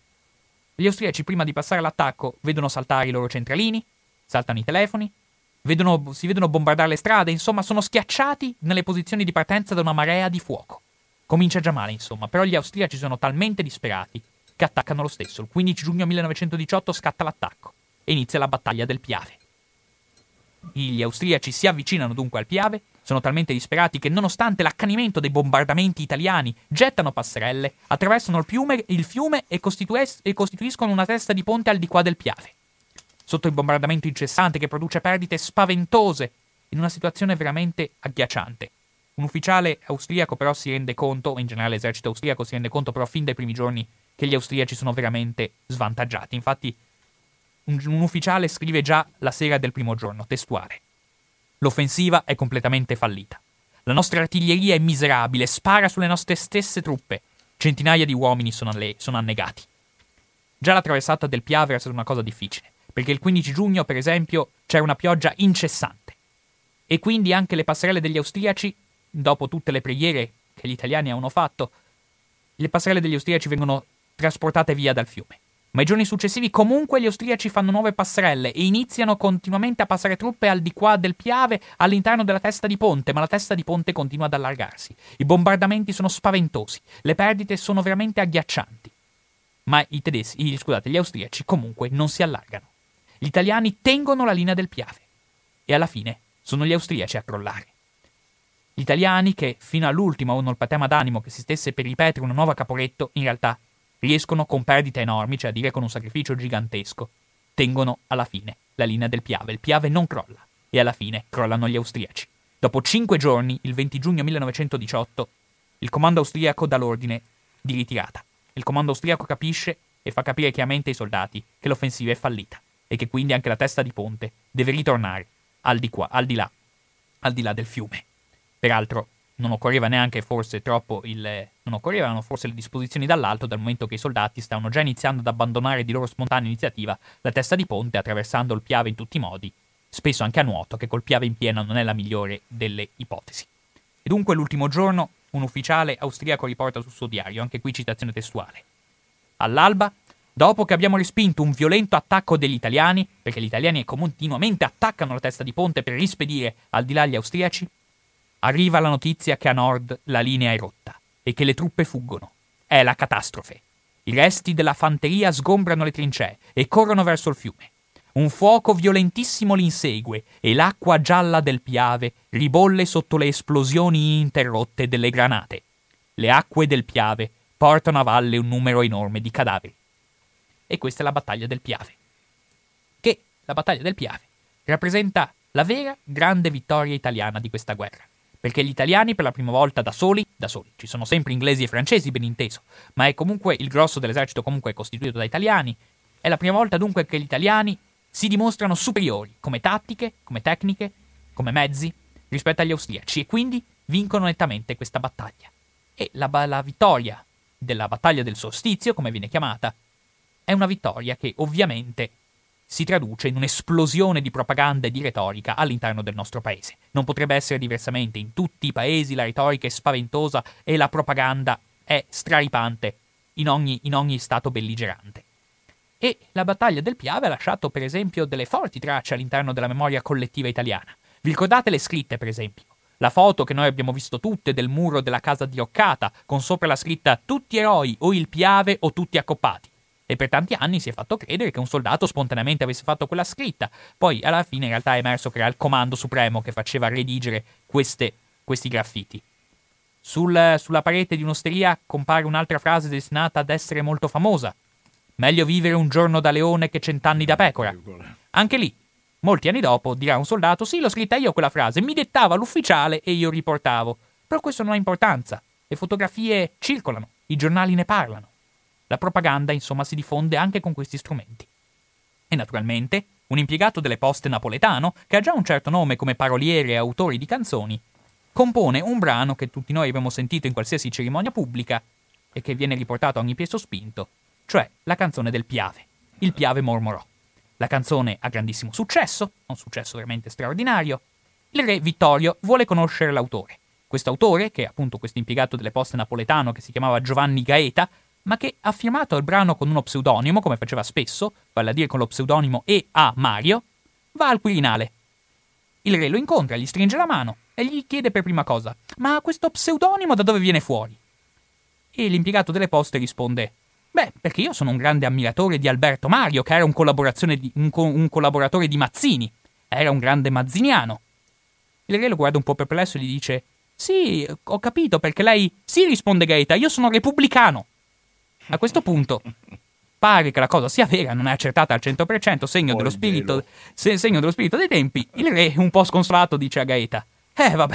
gli austriaci prima di passare all'attacco vedono saltare i loro centralini, saltano i telefoni, vedono, si vedono bombardare le strade, insomma sono schiacciati nelle posizioni di partenza da una marea di fuoco. Comincia già male, insomma, però gli austriaci sono talmente disperati che attaccano lo stesso. Il quindici giugno millenovecentodiciotto scatta l'attacco e inizia la battaglia del Piave. Gli austriaci si avvicinano dunque al Piave, sono talmente disperati che nonostante l'accanimento dei bombardamenti italiani gettano passerelle, attraversano il fiume, il fiume e, costituis- e costituiscono una testa di ponte al di qua del Piave. Sotto il bombardamento incessante che produce perdite spaventose, in una situazione veramente agghiacciante. Un ufficiale austriaco però si rende conto, in generale l'esercito austriaco si rende conto però fin dai primi giorni che gli austriaci sono veramente svantaggiati. Infatti un, un ufficiale scrive già la sera del primo giorno, testuale: l'offensiva è completamente fallita. La nostra artiglieria è miserabile, spara sulle nostre stesse truppe. Centinaia di uomini sono, alle, sono annegati. Già la traversata del Piave era stata una cosa difficile, perché il quindici giugno, per esempio, c'era una pioggia incessante. E quindi anche le passerelle degli austriaci, dopo tutte le preghiere che gli italiani avevano fatto, le passerelle degli austriaci vengono trasportate via dal fiume. Ma i giorni successivi comunque gli austriaci fanno nuove passerelle e iniziano continuamente a passare truppe al di qua del Piave all'interno della testa di ponte, ma la testa di ponte continua ad allargarsi. I bombardamenti sono spaventosi, le perdite sono veramente agghiaccianti. Ma i tedeschi, i, scusate, gli austriaci comunque non si allargano. Gli italiani tengono la linea del Piave e alla fine sono gli austriaci a crollare. Gli italiani, che fino all'ultimo avevano il patema d'animo che si stesse per ripetere una nuova Caporetto, in realtà riescono con perdite enormi, cioè a dire con un sacrificio gigantesco, tengono alla fine la linea del Piave. Il Piave non crolla e alla fine crollano gli austriaci. Dopo cinque giorni, il venti giugno millenovecentodiciotto, il comando austriaco dà l'ordine di ritirata. Il comando austriaco capisce e fa capire chiaramente ai soldati che l'offensiva è fallita e che quindi anche la testa di ponte deve ritornare al di qua, al di là, al di là del fiume. Peraltro non occorreva neanche forse troppo il... non occorrevano forse le disposizioni dall'alto, dal momento che i soldati stavano già iniziando ad abbandonare di loro spontanea iniziativa la testa di ponte, attraversando il Piave in tutti i modi, spesso anche a nuoto, che col Piave in piena non è la migliore delle ipotesi. E dunque l'ultimo giorno un ufficiale austriaco riporta sul suo diario, anche qui citazione testuale: all'alba, dopo che abbiamo respinto un violento attacco degli italiani, perché gli italiani continuamente attaccano la testa di ponte per rispedire al di là gli austriaci, arriva la notizia che a nord la linea è rotta e che le truppe fuggono. È la catastrofe. I resti della fanteria sgombrano le trincee e corrono verso il fiume. Un fuoco violentissimo li insegue e l'acqua gialla del Piave ribolle sotto le esplosioni ininterrotte delle granate. Le acque del Piave portano a valle un numero enorme di cadaveri. E questa è la battaglia del Piave. Che, la battaglia del Piave, rappresenta la vera grande vittoria italiana di questa guerra. Perché gli italiani per la prima volta da soli, da soli, ci sono sempre inglesi e francesi ben inteso, ma è comunque il grosso dell'esercito comunque è costituito da italiani, è la prima volta dunque che gli italiani si dimostrano superiori come tattiche, come tecniche, come mezzi rispetto agli austriaci e quindi vincono nettamente questa battaglia. E la, la vittoria della battaglia del solstizio, come viene chiamata, è una vittoria che ovviamente si traduce in un'esplosione di propaganda e di retorica all'interno del nostro paese. Non potrebbe essere diversamente. In tutti i paesi la retorica è spaventosa e la propaganda è straripante in ogni, in ogni stato belligerante. E la battaglia del Piave ha lasciato, per esempio, delle forti tracce all'interno della memoria collettiva italiana. Vi ricordate le scritte, per esempio? La foto che noi abbiamo visto tutte del muro della casa diroccata, con sopra la scritta «Tutti eroi, o il Piave o tutti accoppati». E per tanti anni si è fatto credere che un soldato spontaneamente avesse fatto quella scritta. Poi alla fine in realtà è emerso che era il comando supremo che faceva redigere queste, questi graffiti. Sul, sulla parete di un'osteria compare un'altra frase destinata ad essere molto famosa: meglio vivere un giorno da leone che cent'anni da pecora. Anche lì, molti anni dopo, dirà un soldato: sì, l'ho scritta io quella frase, mi dettava l'ufficiale e io riportavo. Però questo non ha importanza. Le fotografie circolano, i giornali ne parlano. La propaganda, insomma, si diffonde anche con questi strumenti. E naturalmente, un impiegato delle poste napoletano, che ha già un certo nome come paroliere e autore di canzoni, compone un brano che tutti noi abbiamo sentito in qualsiasi cerimonia pubblica e che viene riportato a ogni piè sospinto, cioè la canzone del Piave. Il Piave mormorò. La canzone ha grandissimo successo, un successo veramente straordinario. Il re Vittorio vuole conoscere l'autore. Questo autore, che è appunto questo impiegato delle poste napoletano che si chiamava Giovanni Gaeta, ma che ha firmato il brano con uno pseudonimo, come faceva spesso, vale a dire con lo pseudonimo E A Mario, va al Quirinale. Il re lo incontra, gli stringe la mano e gli chiede per prima cosa: ma questo pseudonimo da dove viene fuori? E l'impiegato delle poste risponde: beh, perché io sono un grande ammiratore di Alberto Mario, che era un, collaborazione di, un, co- un collaboratore di Mazzini, era un grande mazziniano. Il re lo guarda un po' perplesso e gli dice: sì, ho capito, perché lei... Sì, risponde Gaeta, io sono repubblicano. A questo punto pare che la cosa sia vera, non è accertata al cento per cento, segno dello spirito, se, segno dello spirito dei tempi. Il re, un po' sconsolato, dice a Gaeta: eh vabbè,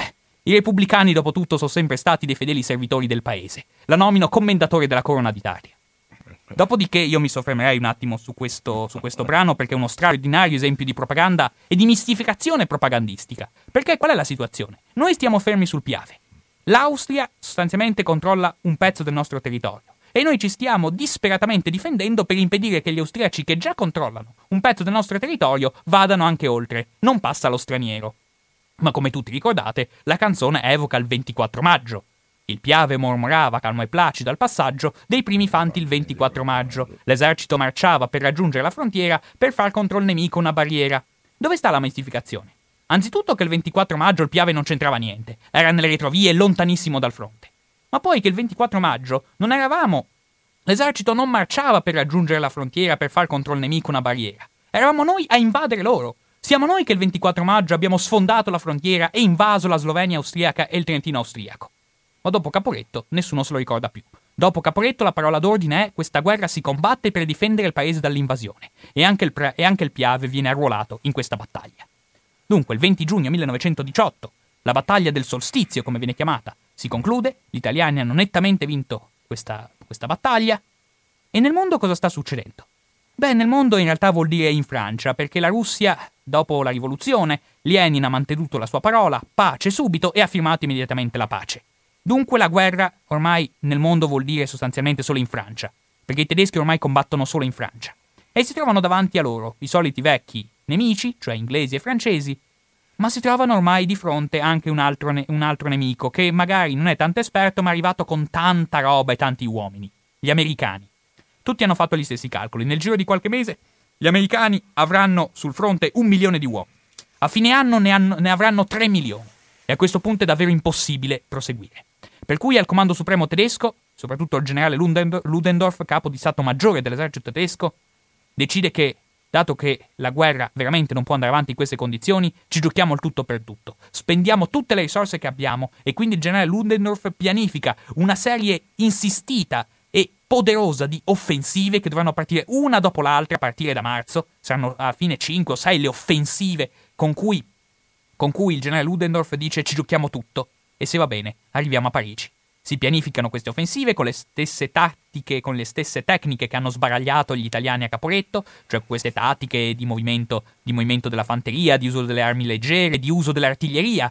I repubblicani, dopo tutto, sono sempre stati dei fedeli servitori del paese. La nomino commendatore della Corona d'Italia. Dopodiché io mi soffermerei un attimo su questo, su questo brano, perché è uno straordinario esempio di propaganda e di mistificazione propagandistica. Perché qual è la situazione? Noi stiamo fermi sul Piave. L'Austria sostanzialmente controlla un pezzo del nostro territorio e noi ci stiamo disperatamente difendendo per impedire che gli austriaci, che già controllano un pezzo del nostro territorio, vadano anche oltre. Non passa allo straniero. Ma come tutti ricordate, la canzone evoca il ventiquattro maggio. Il Piave mormorava calmo e placido al passaggio dei primi fanti il ventiquattro maggio. L'esercito marciava per raggiungere la frontiera per far contro il nemico una barriera. Dove sta la mistificazione? Anzitutto che il ventiquattro maggio il Piave non c'entrava niente, era nelle retrovie lontanissimo dal fronte. Ma poi che il ventiquattro maggio non eravamo... L'esercito non marciava per raggiungere la frontiera per far contro il nemico una barriera. Eravamo noi a invadere loro. Siamo noi che il ventiquattro maggio abbiamo sfondato la frontiera e invaso la Slovenia austriaca e il Trentino austriaco. Ma dopo Caporetto nessuno se lo ricorda più. Dopo Caporetto la parola d'ordine è: questa guerra si combatte per difendere il paese dall'invasione. E anche il, pre- e anche il Piave viene arruolato in questa battaglia. Dunque, il venti giugno millenovecentodiciotto, la battaglia del solstizio, come viene chiamata, si conclude, gli italiani hanno nettamente vinto questa, questa battaglia. E nel mondo cosa sta succedendo? Beh, nel mondo in realtà vuol dire in Francia, perché la Russia, dopo la rivoluzione, Lenin ha mantenuto la sua parola, pace subito, e ha firmato immediatamente la pace. Dunque la guerra ormai nel mondo vuol dire sostanzialmente solo in Francia, perché i tedeschi ormai combattono solo in Francia. E si trovano davanti a loro i soliti vecchi nemici, cioè inglesi e francesi, ma si trovano ormai di fronte anche un altro, ne- un altro nemico, che magari non è tanto esperto, ma è arrivato con tanta roba e tanti uomini, gli americani. Tutti hanno fatto gli stessi calcoli. Nel giro di qualche mese gli americani avranno sul fronte un milione di uomini. A fine anno ne, hanno, ne avranno tre milioni. E a questo punto è davvero impossibile proseguire. Per cui al comando supremo tedesco, soprattutto il generale Ludendorff, capo di Stato Maggiore dell'esercito tedesco, decide che, dato che la guerra veramente non può andare avanti in queste condizioni, ci giochiamo il tutto per tutto. Spendiamo tutte le risorse che abbiamo e quindi il generale Ludendorff pianifica una serie insistita e poderosa di offensive che dovranno partire una dopo l'altra a partire da marzo. Saranno alla fine cinque o sei le offensive con cui, con cui il generale Ludendorff dice: ci giochiamo tutto e se va bene arriviamo a Parigi. Si pianificano queste offensive con le stesse tattiche, con le stesse tecniche che hanno sbaragliato gli italiani a Caporetto, cioè queste tattiche di movimento, di movimento della fanteria, di uso delle armi leggere, di uso dell'artiglieria.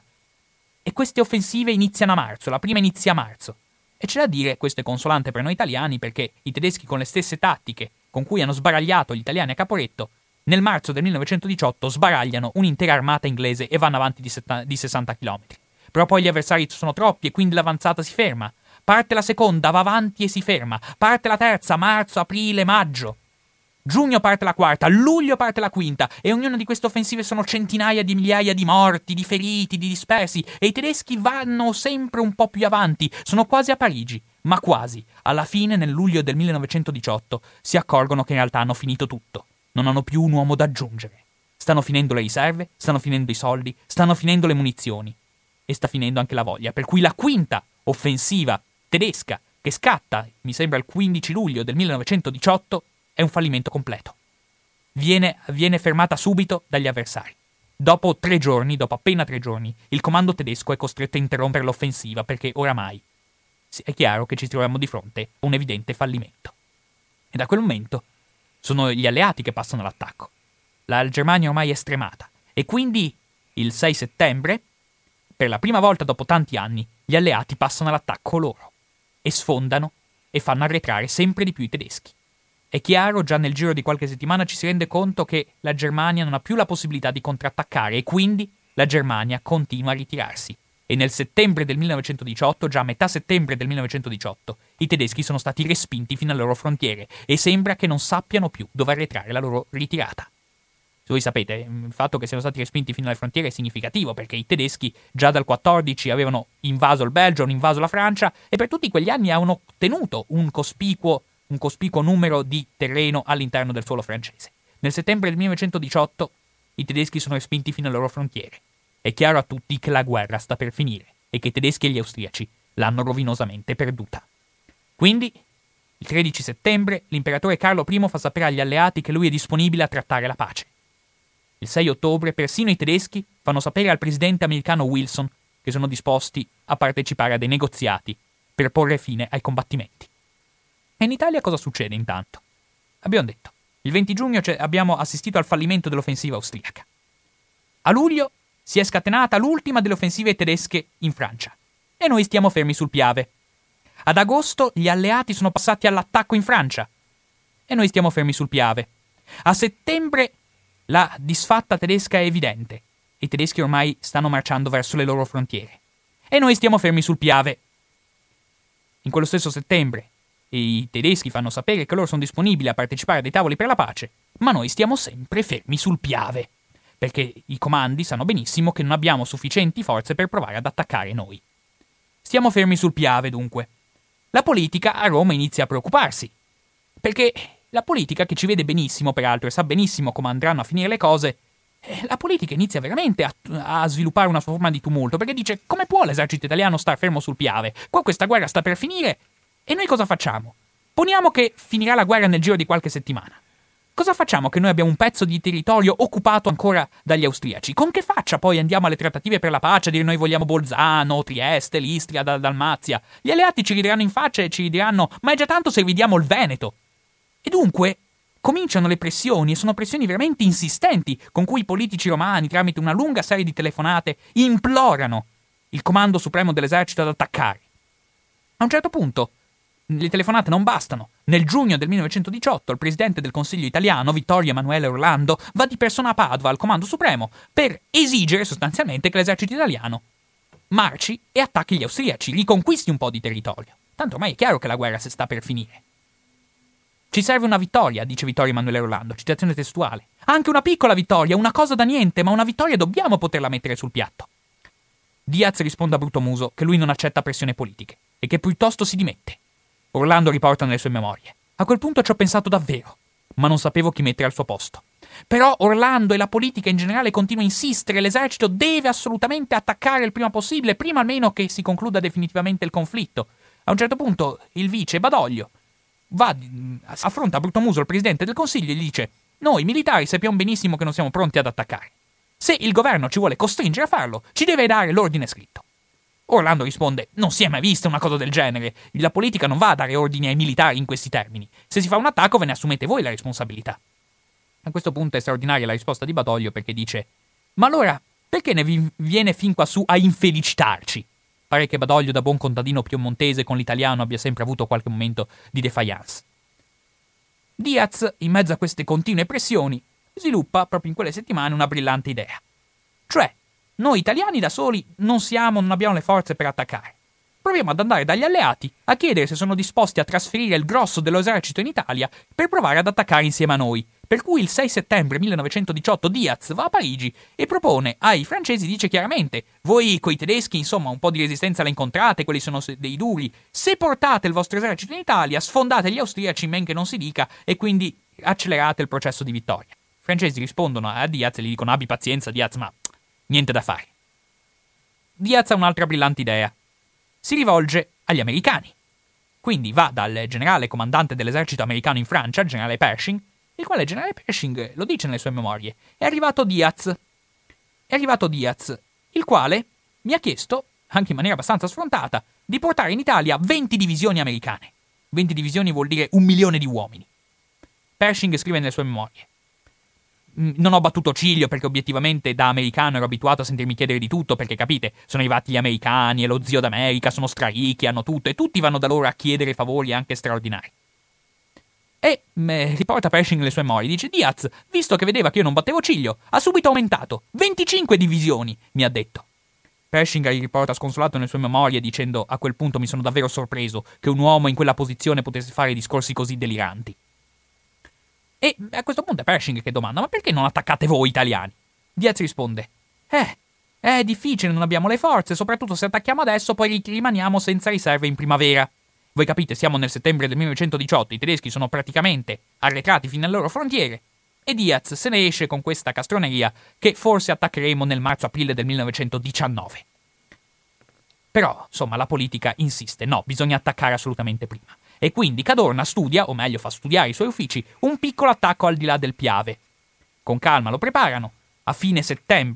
E queste offensive iniziano a marzo, la prima inizia a marzo. E c'è da dire, questo è consolante per noi italiani, perché i tedeschi con le stesse tattiche con cui hanno sbaragliato gli italiani a Caporetto, nel marzo del millenovecentodiciotto sbaragliano un'intera armata inglese e vanno avanti di, setta- di sessanta chilometri. Però poi gli avversari sono troppi e quindi l'avanzata si ferma. Parte la seconda, va avanti e si ferma. Parte la terza, marzo, aprile, maggio. Giugno parte la quarta, luglio parte la quinta, e ognuna di queste offensive sono centinaia di migliaia di morti, di feriti, di dispersi, e i tedeschi vanno sempre un po' più avanti, sono quasi a Parigi, ma quasi. Alla fine, nel luglio del millenovecentodiciotto, si accorgono che in realtà hanno finito tutto. Non hanno più un uomo da aggiungere. Stanno finendo le riserve, stanno finendo i soldi, stanno finendo le munizioni. E sta finendo anche la voglia, per cui la quinta offensiva tedesca, che scatta, mi sembra il quindici luglio del millenovecentodiciotto, è un fallimento completo. Viene, viene fermata subito dagli avversari. Dopo tre giorni, dopo appena tre giorni, il comando tedesco è costretto a interrompere l'offensiva perché oramai è chiaro che ci troviamo di fronte a un evidente fallimento. E da quel momento sono gli alleati che passano all'attacco. La Germania ormai è stremata e quindi il sei settembre, per la prima volta dopo tanti anni, gli alleati passano all'attacco loro e sfondano e fanno arretrare sempre di più i tedeschi. È chiaro, già nel giro di qualche settimana ci si rende conto che la Germania non ha più la possibilità di contrattaccare e quindi la Germania continua a ritirarsi. E nel settembre del millenovecentodiciotto, già a metà settembre del millenovecentodiciotto, i tedeschi sono stati respinti fino alle loro frontiere e sembra che non sappiano più dove arretrare la loro ritirata. Voi sapete, il fatto che siano stati respinti fino alle frontiere è significativo perché i tedeschi già dal quattordici avevano invaso il Belgio, hanno invaso la Francia e per tutti quegli anni avevano ottenuto un cospicuo un cospicuo numero di terreno all'interno del suolo francese. Nel settembre del millenovecentodiciotto i tedeschi sono respinti fino alle loro frontiere. È chiaro a tutti che la guerra sta per finire e che i tedeschi e gli austriaci l'hanno rovinosamente perduta. Quindi, il tredici settembre, l'imperatore Carlo I fa sapere agli alleati che lui è disponibile a trattare la pace. Il sei ottobre, persino i tedeschi fanno sapere al presidente americano Wilson che sono disposti a partecipare a dei negoziati per porre fine ai combattimenti. E in Italia cosa succede intanto? Abbiamo detto, il venti giugno abbiamo assistito al fallimento dell'offensiva austriaca. A luglio si è scatenata l'ultima delle offensive tedesche in Francia e noi stiamo fermi sul Piave. Ad agosto gli alleati sono passati all'attacco in Francia e noi stiamo fermi sul Piave. A settembre la disfatta tedesca è evidente. I tedeschi ormai stanno marciando verso le loro frontiere e noi stiamo fermi sul Piave. In quello stesso settembre i tedeschi fanno sapere che loro sono disponibili a partecipare a dei tavoli per la pace, ma noi stiamo sempre fermi sul Piave, perché i comandi sanno benissimo che non abbiamo sufficienti forze per provare ad attaccare noi. Stiamo fermi sul Piave, dunque. La politica a Roma inizia a preoccuparsi, perché la politica, che ci vede benissimo peraltro e sa benissimo come andranno a finire le cose, la politica inizia veramente a, a sviluppare una forma di tumulto, perché dice: come può l'esercito italiano star fermo sul Piave? Qua questa guerra sta per finire e noi cosa facciamo? Poniamo che finirà la guerra nel giro di qualche settimana. Cosa facciamo che noi abbiamo un pezzo di territorio occupato ancora dagli austriaci? Con che faccia poi andiamo alle trattative per la pace a dire noi vogliamo Bolzano, Trieste, l'Istria, Dal- Dalmazia? Gli alleati ci rideranno in faccia e ci diranno: ma è già tanto se vi diamo il Veneto. E dunque cominciano le pressioni, e sono pressioni veramente insistenti, con cui i politici romani, tramite una lunga serie di telefonate, implorano il comando supremo dell'esercito ad attaccare. A un certo punto le telefonate non bastano. Nel giugno del millenovecentodiciotto il presidente del Consiglio italiano, Vittorio Emanuele Orlando, va di persona a Padova al comando supremo per esigere sostanzialmente che l'esercito italiano marci e attacchi gli austriaci, riconquisti un po' di territorio. Tanto ormai è chiaro che la guerra si sta per finire. Ci serve una vittoria, dice Vittorio Emanuele Orlando, citazione testuale. Anche una piccola vittoria, una cosa da niente, ma una vittoria dobbiamo poterla mettere sul piatto. Diaz risponde a brutto muso che lui non accetta pressioni politiche e che piuttosto si dimette. Orlando riporta nelle sue memorie: a quel punto ci ho pensato davvero, ma non sapevo chi mettere al suo posto. Però Orlando e la politica in generale continuano a insistere: l'esercito deve assolutamente attaccare il prima possibile, prima almeno che si concluda definitivamente il conflitto. A un certo punto il vice Badoglio va, affronta a brutto muso il presidente del Consiglio e gli dice: noi militari sappiamo benissimo che non siamo pronti ad attaccare. Se il governo ci vuole costringere a farlo, ci deve dare l'ordine scritto. Orlando risponde: non si è mai vista una cosa del genere. La politica non va a dare ordini ai militari in questi termini. Se si fa un attacco ve ne assumete voi la responsabilità. A questo punto è straordinaria la risposta di Badoglio, perché dice: ma allora perché ne vi viene fin qua su a infelicitarci? Pare che Badoglio, da buon contadino piemontese con l'italiano, abbia sempre avuto qualche momento di defiance. Diaz, in mezzo a queste continue pressioni, sviluppa proprio in quelle settimane una brillante idea. Cioè, noi italiani da soli non siamo, non abbiamo le forze per attaccare. Proviamo ad andare dagli alleati a chiedere se sono disposti a trasferire il grosso dell'esercito in Italia per provare ad attaccare insieme a noi. Per cui il sei settembre millenovecentodiciotto Diaz va a Parigi e propone ai francesi, dice chiaramente: voi coi tedeschi insomma un po' di resistenza la incontrate, quelli sono dei duri, se portate il vostro esercito in Italia sfondate gli austriaci men che non si dica e quindi accelerate il processo di vittoria. I francesi rispondono a Diaz e gli dicono: abbi pazienza Diaz, ma niente da fare. Diaz ha un'altra brillante idea. Si rivolge agli americani. Quindi va dal generale comandante dell'esercito americano in Francia, il generale Pershing, il quale generale Pershing lo dice nelle sue memorie: è arrivato Diaz. È arrivato Diaz, il quale mi ha chiesto, anche in maniera abbastanza sfrontata, di portare in Italia venti divisioni americane. venti divisioni vuol dire un milione di uomini. Pershing scrive nelle sue memorie: non ho battuto ciglio perché obiettivamente da americano ero abituato a sentirmi chiedere di tutto, perché capite, sono arrivati gli americani e lo zio d'America, sono straricchi, hanno tutto e tutti vanno da loro a chiedere favori anche straordinari. E mh, riporta Pershing le sue memorie, dice: Diaz, visto che vedeva che io non battevo ciglio, ha subito aumentato, venticinque divisioni, mi ha detto. Pershing riporta sconsolato nelle sue memorie dicendo: a quel punto mi sono davvero sorpreso che un uomo in quella posizione potesse fare discorsi così deliranti. E a questo punto è Pershing che domanda: ma perché non attaccate voi italiani? Diaz risponde: Eh, è difficile, non abbiamo le forze, soprattutto se attacchiamo adesso poi rimaniamo senza riserve in primavera. Voi capite, siamo nel settembre del millenovecentodiciotto, i tedeschi sono praticamente arretrati fino alle loro frontiere, e Diaz se ne esce con questa castroneria che forse attaccheremo nel marzo-aprile del millenovecentodiciannove. Però, insomma, la politica insiste: no, bisogna attaccare assolutamente prima. E quindi Cadorna studia, o meglio fa studiare i suoi uffici, un piccolo attacco al di là del Piave. Con calma lo preparano. A fine settembre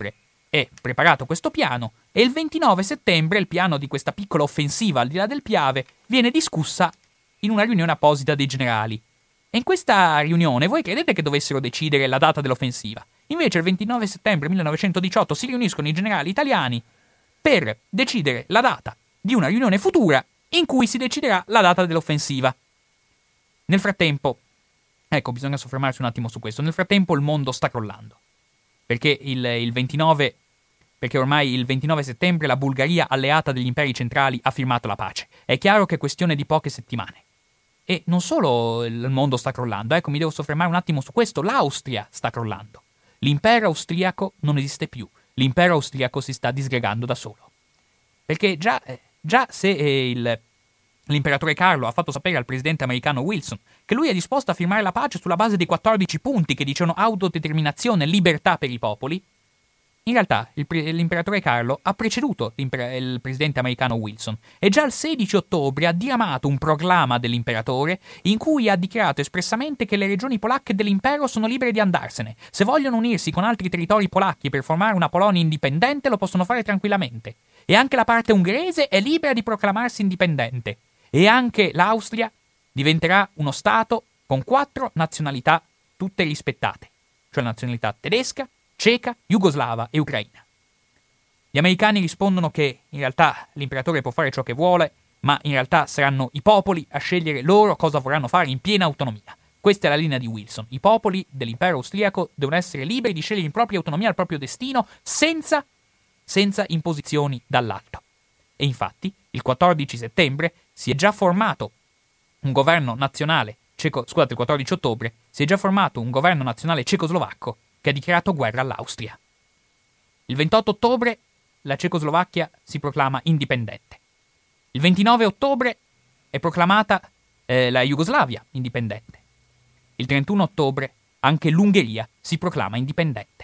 è preparato questo piano e il ventinove settembre il piano di questa piccola offensiva al di là del Piave viene discussa in una riunione apposita dei generali. E in questa riunione voi credete che dovessero decidere la data dell'offensiva? Invece il ventinove settembre millenovecentodiciotto si riuniscono i generali italiani per decidere la data di una riunione futura in cui si deciderà la data dell'offensiva. Nel frattempo, ecco, bisogna soffermarsi un attimo su questo, nel frattempo il mondo sta crollando. Perché il, il ventinove, perché ormai il ventinove settembre la Bulgaria, alleata degli imperi centrali, ha firmato la pace. È chiaro che è questione di poche settimane. E non solo il mondo sta crollando, ecco, mi devo soffermare un attimo su questo, l'Austria sta crollando. L'impero austriaco non esiste più, l'impero austriaco si sta disgregando da solo. Perché già, già se eh, il, l'imperatore Carlo ha fatto sapere al presidente americano Wilson che lui è disposto a firmare la pace sulla base dei quattordici punti che dicono autodeterminazione, libertà per i popoli, in realtà il, l'imperatore Carlo ha preceduto il presidente americano Wilson e già il sedici ottobre ha diramato un proclama dell'imperatore in cui ha dichiarato espressamente che le regioni polacche dell'impero sono libere di andarsene. Se vogliono unirsi con altri territori polacchi per formare una Polonia indipendente lo possono fare tranquillamente. E anche la parte ungherese è libera di proclamarsi indipendente. E anche l'Austria diventerà uno Stato con quattro nazionalità tutte rispettate, cioè la nazionalità tedesca, ceca, jugoslava e ucraina. Gli americani rispondono che in realtà l'imperatore può fare ciò che vuole, ma in realtà saranno i popoli a scegliere loro cosa vorranno fare in piena autonomia. Questa è la linea di Wilson. I popoli dell'impero austriaco devono essere liberi di scegliere in propria autonomia il proprio destino senza, senza imposizioni dall'alto. E infatti, il quattordici settembre si è già formato un governo nazionale, ceco, scusate, il quattordici ottobre, si è già formato un governo nazionale cecoslovacco che ha dichiarato guerra all'Austria. Il ventotto ottobre la Cecoslovacchia si proclama indipendente. Il ventinove ottobre è proclamata eh, la Jugoslavia indipendente. Il trentuno ottobre anche l'Ungheria si proclama indipendente.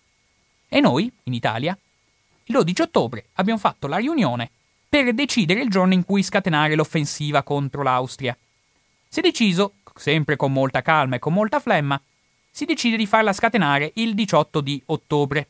E noi, in Italia, il dodici ottobre abbiamo fatto la riunione per decidere il giorno in cui scatenare l'offensiva contro l'Austria. Si è deciso, sempre con molta calma e con molta flemma, si decide di farla scatenare il diciotto di ottobre.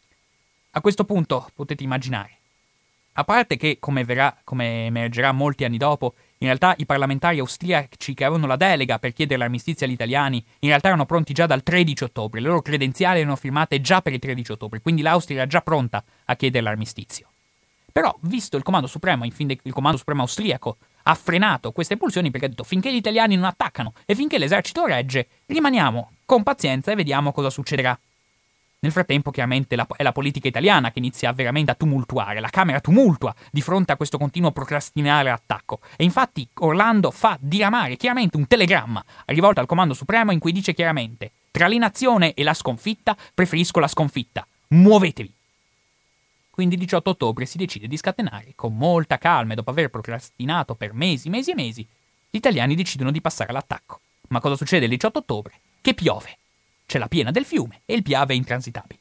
A questo punto potete immaginare, a parte che, come, verrà, come emergerà molti anni dopo, in realtà i parlamentari austriaci che avevano la delega per chiedere l'armistizio agli italiani, in realtà erano pronti già dal tredici ottobre, le loro credenziali erano firmate già per il tredici ottobre, quindi l'Austria era già pronta a chiedere l'armistizio. Però, visto il comando supremo, in fin de, il comando supremo austriaco, ha frenato queste pulsioni perché ha detto finché gli italiani non attaccano e finché l'esercito regge, rimaniamo con pazienza e vediamo cosa succederà. Nel frattempo, chiaramente, la, è la politica italiana che inizia veramente a tumultuare. La Camera tumultua di fronte a questo continuo procrastinare attacco. E infatti Orlando fa diramare chiaramente un telegramma rivolto al Comando Supremo in cui dice chiaramente: tra l'inazione e la sconfitta, preferisco la sconfitta. Muovetevi! Quindi il diciotto ottobre si decide di scatenare, con molta calma e dopo aver procrastinato per mesi, mesi e mesi, gli italiani decidono di passare all'attacco. Ma cosa succede il diciotto ottobre? Che piove. C'è la piena del fiume e il Piave è intransitabile.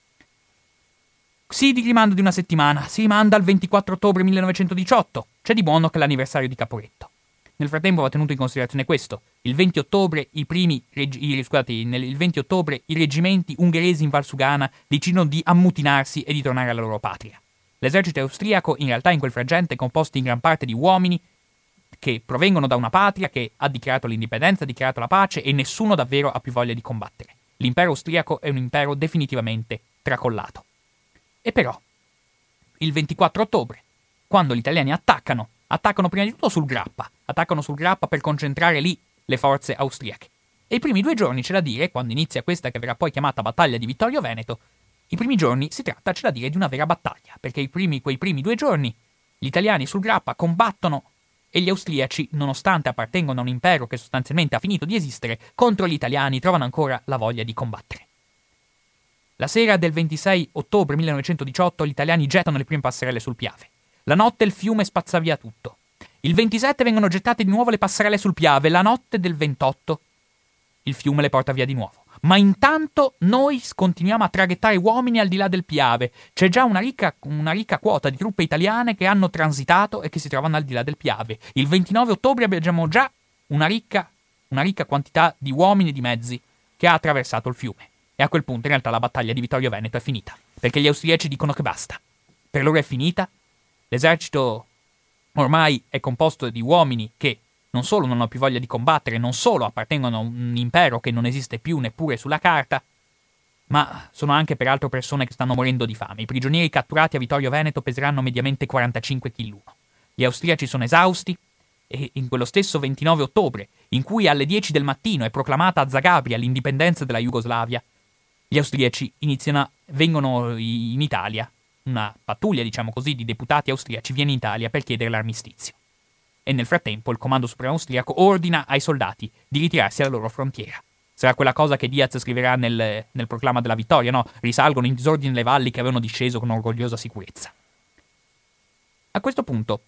Si rimanda di una settimana, si rimanda al ventiquattro ottobre millenovecentodiciotto. C'è di buono che è l'anniversario di Caporetto. Nel frattempo va tenuto in considerazione questo. Il venti ottobre i primi reg- i, scusate, nel, il venti ottobre i reggimenti ungheresi in Valsugana decidono di ammutinarsi e di tornare alla loro patria. L'esercito austriaco in realtà in quel frangente è composto in gran parte di uomini che provengono da una patria che ha dichiarato l'indipendenza, ha dichiarato la pace e nessuno davvero ha più voglia di combattere. L'impero austriaco è un impero definitivamente tracollato. E però, il ventiquattro ottobre, quando gli italiani attaccano, attaccano prima di tutto sul Grappa, attaccano sul Grappa per concentrare lì le forze austriache. E i primi due giorni, c'è da dire, quando inizia questa che verrà poi chiamata battaglia di Vittorio Veneto, i primi giorni si tratta, c'è da dire, di una vera battaglia, perché i primi, quei primi due giorni gli italiani sul Grappa combattono e gli austriaci, nonostante appartengono a un impero che sostanzialmente ha finito di esistere, contro gli italiani trovano ancora la voglia di combattere. La sera del ventisei ottobre millenovecentodiciotto gli italiani gettano le prime passerelle sul Piave. La notte il fiume spazza via tutto. Il ventisette vengono gettate di nuovo le passerelle sul Piave. La notte del ventotto il fiume le porta via di nuovo. Ma intanto noi continuiamo a traghettare uomini al di là del Piave. C'è già una ricca, una ricca quota di truppe italiane che hanno transitato e che si trovano al di là del Piave. Il ventinove ottobre abbiamo già una ricca, una ricca quantità di uomini e di mezzi che ha attraversato il fiume. E a quel punto in realtà la battaglia di Vittorio Veneto è finita. perché gli austriaci dicono che basta. Per loro è finita. L'esercito ormai è composto di uomini che non solo non hanno più voglia di combattere, non solo appartengono a un impero che non esiste più neppure sulla carta, ma sono anche peraltro persone che stanno morendo di fame. I prigionieri catturati a Vittorio Veneto peseranno mediamente quarantacinque chilogrammi l'uno. Gli austriaci sono esausti e in quello stesso ventinove ottobre, in cui alle dieci del mattino è proclamata a Zagabria l'indipendenza della Jugoslavia, gli austriaci iniziano, vengono in Italia. Una pattuglia, diciamo così, di deputati austriaci viene in Italia per chiedere l'armistizio. E nel frattempo il Comando Supremo austriaco ordina ai soldati di ritirarsi alla loro frontiera. Sarà quella cosa che Diaz scriverà nel, nel proclama della vittoria, no? Risalgono in disordine le valli che avevano disceso con orgogliosa sicurezza. A questo punto,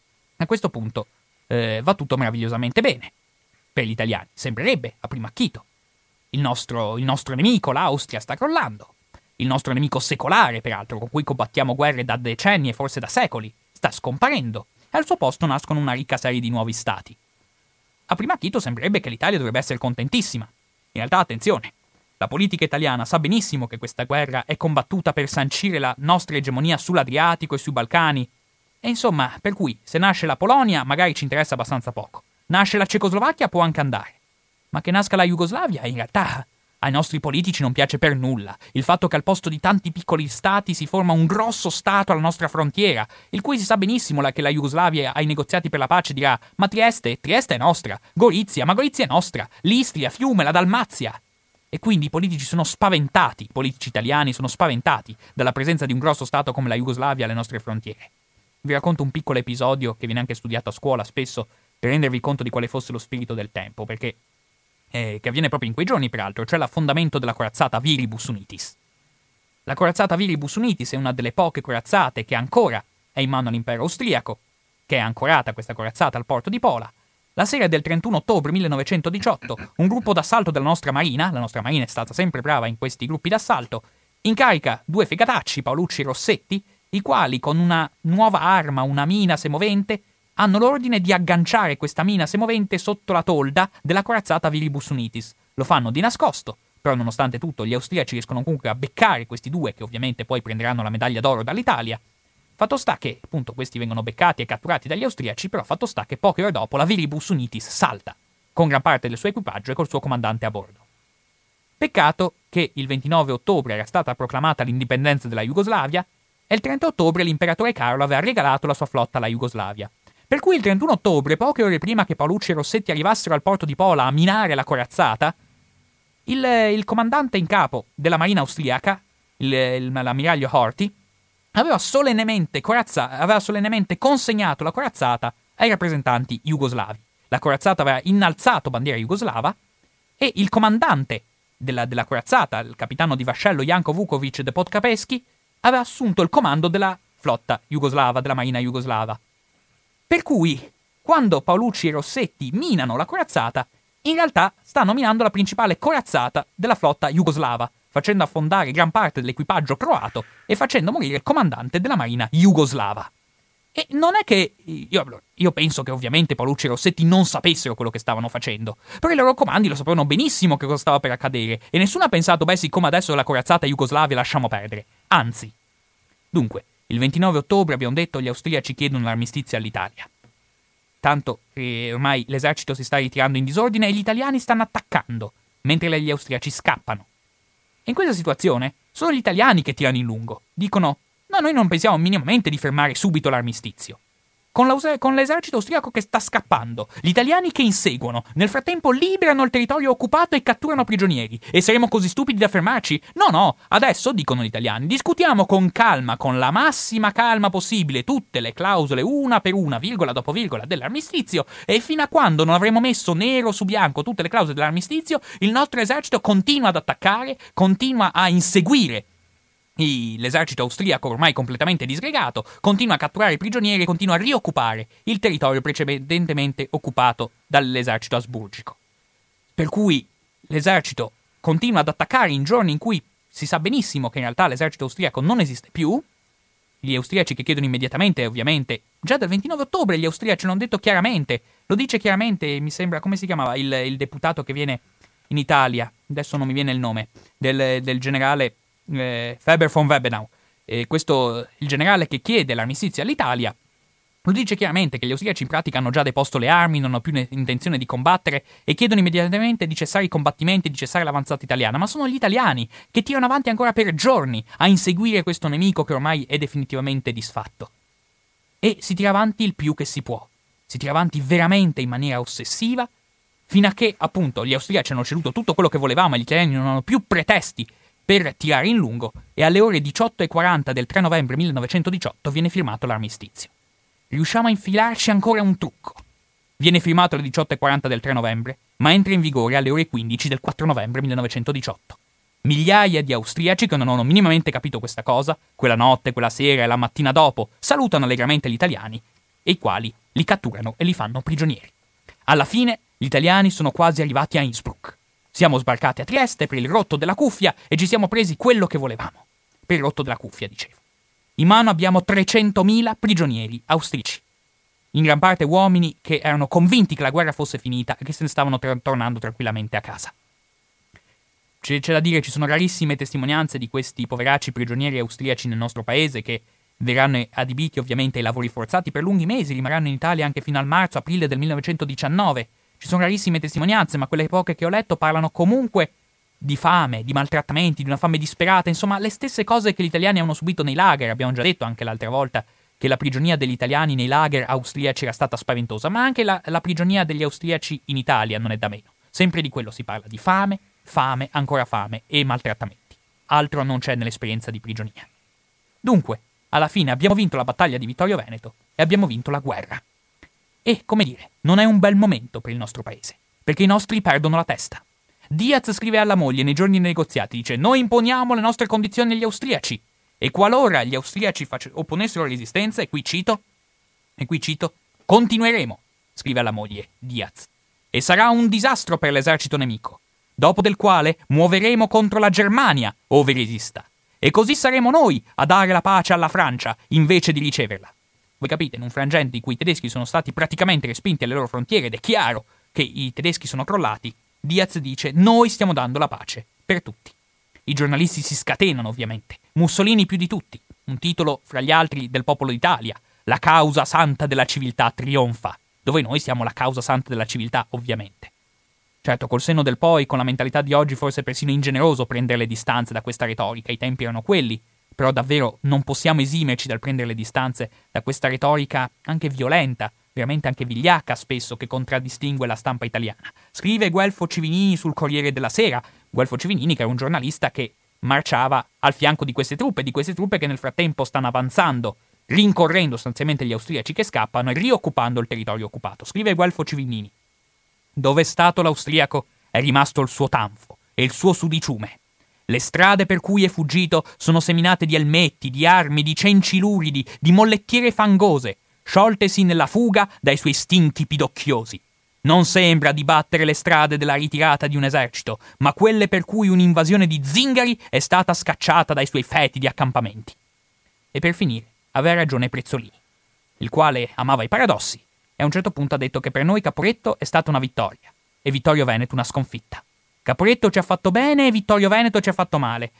a questo punto, eh, va tutto meravigliosamente bene. Per gli italiani sembrerebbe, a primo acchito. Il nostro, il nostro nemico, l'Austria, sta crollando. Il nostro nemico secolare, peraltro, con cui combattiamo guerre da decenni e forse da secoli, sta scomparendo. E al suo posto nascono una ricca serie di nuovi stati. A primo acchito sembrerebbe che l'Italia dovrebbe essere contentissima. In realtà, attenzione, la politica italiana sa benissimo che questa guerra è combattuta per sancire la nostra egemonia sull'Adriatico e sui Balcani. E insomma, per cui, se nasce la Polonia, magari ci interessa abbastanza poco. Nasce la Cecoslovacchia, può anche andare. Ma che nasca la Jugoslavia, in realtà, ai nostri politici non piace per nulla il fatto che al posto di tanti piccoli stati si forma un grosso stato alla nostra frontiera, il cui si sa benissimo che la Jugoslavia ai negoziati per la pace dirà: ma Trieste, Trieste è nostra, Gorizia, ma Gorizia è nostra, l'Istria, Fiume, la Dalmazia. E quindi i politici sono spaventati, i politici italiani sono spaventati dalla presenza di un grosso stato come la Jugoslavia alle nostre frontiere. Vi racconto un piccolo episodio che viene anche studiato a scuola spesso per rendervi conto di quale fosse lo spirito del tempo, perché Eh, che avviene proprio in quei giorni, peraltro, cioè l'affondamento della corazzata Viribus Unitis. La corazzata Viribus Unitis è una delle poche corazzate che ancora è in mano all'impero austriaco, che è ancorata questa corazzata al porto di Pola. La sera del trentuno ottobre millenovecentodiciotto, un gruppo d'assalto della nostra marina, la nostra marina è stata sempre brava in questi gruppi d'assalto, incarica due fegatacci, Paolucci e Rossetti, i quali con una nuova arma, una mina semovente, hanno l'ordine di agganciare questa mina semovente sotto la tolda della corazzata Viribus Unitis. Lo fanno di nascosto, però nonostante tutto gli austriaci riescono comunque a beccare questi due, che ovviamente poi prenderanno la medaglia d'oro dall'Italia. Fatto sta che, appunto, questi vengono beccati e catturati dagli austriaci, però fatto sta che poche ore dopo la Viribus Unitis salta, con gran parte del suo equipaggio e col suo comandante a bordo. Peccato che il ventinove ottobre era stata proclamata l'indipendenza della Jugoslavia e il trenta ottobre l'imperatore Carlo aveva regalato la sua flotta alla Jugoslavia. Per cui il trentuno ottobre, poche ore prima che Paolucci e Rossetti arrivassero al porto di Pola a minare la corazzata, il, il comandante in capo della marina austriaca, il, il, l'ammiraglio Horthy, aveva solennemente, corazza, aveva solennemente consegnato la corazzata ai rappresentanti jugoslavi. La corazzata aveva innalzato bandiera jugoslava e il comandante della, della corazzata, il capitano di vascello Janko Vukovic de Podkapesky, aveva assunto il comando della flotta jugoslava, della marina jugoslava. Per cui, quando Paolucci e Rossetti minano la corazzata, in realtà stanno minando la principale corazzata della flotta jugoslava, facendo affondare gran parte dell'equipaggio croato e facendo morire il comandante della marina jugoslava. E non è che... Io, io penso che ovviamente Paolucci e Rossetti non sapessero quello che stavano facendo, però i loro comandi lo sapevano benissimo che cosa stava per accadere, e nessuno ha pensato, beh, siccome adesso la corazzata è Jugoslavia lasciamo perdere. Anzi. Dunque, il ventinove ottobre, abbiamo detto, gli austriaci chiedono l'armistizio all'Italia. Tanto che ormai l'esercito si sta ritirando in disordine e gli italiani stanno attaccando, mentre gli austriaci scappano. E in questa situazione sono gli italiani che tirano in lungo. Dicono, no, noi non pensiamo minimamente di fermare subito l'armistizio. Con, con l'esercito austriaco che sta scappando, gli italiani che inseguono, nel frattempo liberano il territorio occupato e catturano prigionieri. E saremo così stupidi da fermarci? No, no, adesso, dicono gli italiani, discutiamo con calma, con la massima calma possibile, tutte le clausole una per una, virgola dopo virgola, dell'armistizio, e fino a quando non avremo messo nero su bianco tutte le clausole dell'armistizio, il nostro esercito continua ad attaccare, continua a inseguire l'esercito austriaco ormai completamente disgregato, continua a catturare prigionieri e continua a rioccupare il territorio precedentemente occupato dall'esercito asburgico. Per cui l'esercito continua ad attaccare in giorni in cui si sa benissimo che in realtà l'esercito austriaco non esiste più. Gli austriaci che chiedono immediatamente, ovviamente, già dal ventinove ottobre gli austriaci l'hanno detto chiaramente, lo dice chiaramente, mi sembra, come si chiamava, il, il deputato che viene in Italia, adesso non mi viene il nome, del, del generale... eh, Weber von Webenau, eh, questo il generale che chiede l'armistizio all'Italia, lo dice chiaramente che gli austriaci in pratica hanno già deposto le armi, non hanno più intenzione di combattere e chiedono immediatamente di cessare i combattimenti, di cessare l'avanzata italiana, ma sono gli italiani che tirano avanti ancora per giorni a inseguire questo nemico che ormai è definitivamente disfatto. E si tira avanti il più che si può, si tira avanti veramente in maniera ossessiva, fino a che appunto gli austriaci hanno ceduto tutto quello che volevamo e gli italiani non hanno più pretesti per tirare in lungo, e alle ore diciotto e quaranta del tre novembre millenovecentodiciotto viene firmato l'armistizio. Riusciamo a infilarci ancora un trucco. Viene firmato alle diciotto e quaranta del tre novembre, ma entra in vigore alle ore quindici del quattro novembre millenovecentodiciotto. Migliaia di austriaci che non hanno minimamente capito questa cosa, quella notte, quella sera e la mattina dopo, salutano allegramente gli italiani, e i quali li catturano e li fanno prigionieri. Alla fine, gli italiani sono quasi arrivati a Innsbruck. Siamo sbarcati a Trieste per il rotto della cuffia e ci siamo presi quello che volevamo. Per il rotto della cuffia, dicevo. In mano abbiamo trecentomila prigionieri austrici. In gran parte uomini che erano convinti che la guerra fosse finita e che se ne stavano tra- tornando tranquillamente a casa. C'è, c'è da dire, ci sono rarissime testimonianze di questi poveracci prigionieri austriaci nel nostro paese che verranno adibiti ovviamente ai lavori forzati per lunghi mesi, rimarranno in Italia anche fino al marzo-aprile del millenovecentodiciannove. Ci sono rarissime testimonianze, ma quelle poche che ho letto parlano comunque di fame, di maltrattamenti, di una fame disperata, insomma le stesse cose che gli italiani hanno subito nei lager. Abbiamo già detto anche l'altra volta che la prigionia degli italiani nei lager austriaci era stata spaventosa, ma anche la, la prigionia degli austriaci in Italia non è da meno. Sempre di quello si parla, di fame, fame, ancora fame e maltrattamenti. Altro non c'è nell'esperienza di prigionia. Dunque, alla fine abbiamo vinto la battaglia di Vittorio Veneto e abbiamo vinto la guerra. E, come dire, non è un bel momento per il nostro paese, perché i nostri perdono la testa. Diaz scrive alla moglie nei giorni dei negoziati, dice: noi imponiamo le nostre condizioni agli austriaci, e qualora gli austriaci face- opponessero resistenza, e qui cito, e qui cito, continueremo, scrive alla moglie Diaz, e sarà un disastro per l'esercito nemico, dopo del quale muoveremo contro la Germania, ove resista, e così saremo noi a dare la pace alla Francia invece di riceverla. Voi capite, in un frangente in cui i tedeschi sono stati praticamente respinti alle loro frontiere ed è chiaro che i tedeschi sono crollati, Diaz dice: noi stiamo dando la pace per tutti. I giornalisti si scatenano, ovviamente. Mussolini più di tutti. Un titolo, fra gli altri, del Popolo d'Italia. La causa santa della civiltà trionfa. Dove noi siamo la causa santa della civiltà, ovviamente. Certo, col senno del poi, con la mentalità di oggi, forse è persino ingeneroso prendere le distanze da questa retorica. I tempi erano quelli. Però davvero non possiamo esimerci dal prendere le distanze da questa retorica anche violenta, veramente anche vigliacca spesso, che contraddistingue la stampa italiana. Scrive Guelfo Civinini sul Corriere della Sera. Guelfo Civinini, che era un giornalista che marciava al fianco di queste truppe, di queste truppe che nel frattempo stanno avanzando, rincorrendo sostanzialmente gli austriaci che scappano e rioccupando il territorio occupato. Scrive Guelfo Civinini: dove è stato l'austriaco è rimasto il suo tanfo e il suo sudiciume. Le strade per cui è fuggito sono seminate di elmetti, di armi, di cenci luridi, di mollettiere fangose, scioltesi nella fuga dai suoi istinti pidocchiosi. Non sembra di battere le strade della ritirata di un esercito, ma quelle per cui un'invasione di zingari è stata scacciata dai suoi fetidi accampamenti. E per finire, aveva ragione Prezzolini, il quale amava i paradossi e a un certo punto ha detto che per noi Caporetto è stata una vittoria e Vittorio Veneto una sconfitta. Caporetto ci ha fatto bene e Vittorio Veneto ci ha fatto male.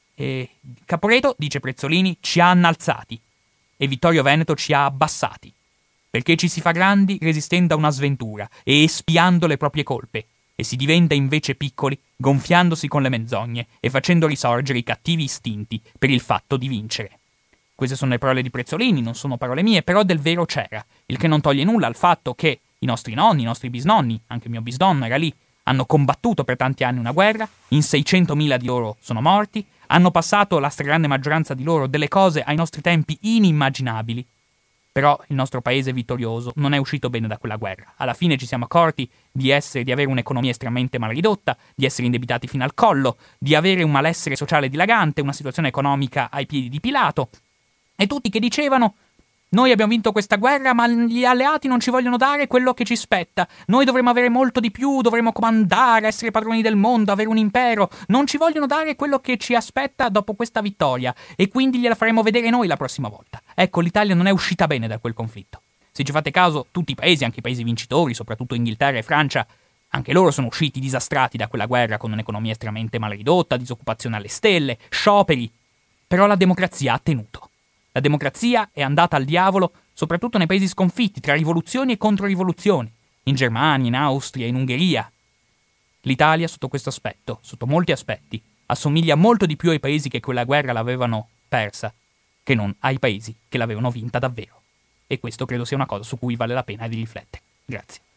E Caporetto, dice Prezzolini, ci ha innalzati e Vittorio Veneto ci ha abbassati, perché ci si fa grandi resistendo a una sventura e espiando le proprie colpe, e si diventa invece piccoli gonfiandosi con le menzogne e facendo risorgere i cattivi istinti per il fatto di vincere. Queste sono le parole di Prezzolini, non sono parole mie, però del vero c'era, il che non toglie nulla al fatto che i nostri nonni, i nostri bisnonni, anche il mio bisnonno era lì, hanno combattuto per tanti anni una guerra, in seicentomila di loro sono morti, hanno passato la stragrande maggioranza di loro delle cose ai nostri tempi inimmaginabili. Però il nostro paese vittorioso non è uscito bene da quella guerra. Alla fine ci siamo accorti di essere, di avere un'economia estremamente mal ridotta, di essere indebitati fino al collo, di avere un malessere sociale dilagante, una situazione economica ai piedi di Pilato, e tutti che dicevano: noi abbiamo vinto questa guerra, ma gli alleati non ci vogliono dare quello che ci spetta. Noi dovremmo avere molto di più, dovremmo comandare, essere padroni del mondo, avere un impero. Non ci vogliono dare quello che ci aspetta dopo questa vittoria, e quindi gliela faremo vedere noi la prossima volta. Ecco, l'Italia non è uscita bene da quel conflitto. Se ci fate caso, tutti i paesi, anche i paesi vincitori, soprattutto Inghilterra e Francia, Anche loro sono usciti disastrati da quella guerra con un'economia estremamente mal ridotta, disoccupazione alle stelle, scioperi. Però la democrazia ha tenuto. La democrazia è andata al diavolo soprattutto nei paesi sconfitti, tra rivoluzioni e controrivoluzioni, in Germania, in Austria, in Ungheria. L'Italia, sotto questo aspetto, sotto molti aspetti, assomiglia molto di più ai paesi che quella guerra l'avevano persa, che non ai paesi che l'avevano vinta davvero. E questo credo sia una cosa su cui vale la pena di riflettere. Grazie.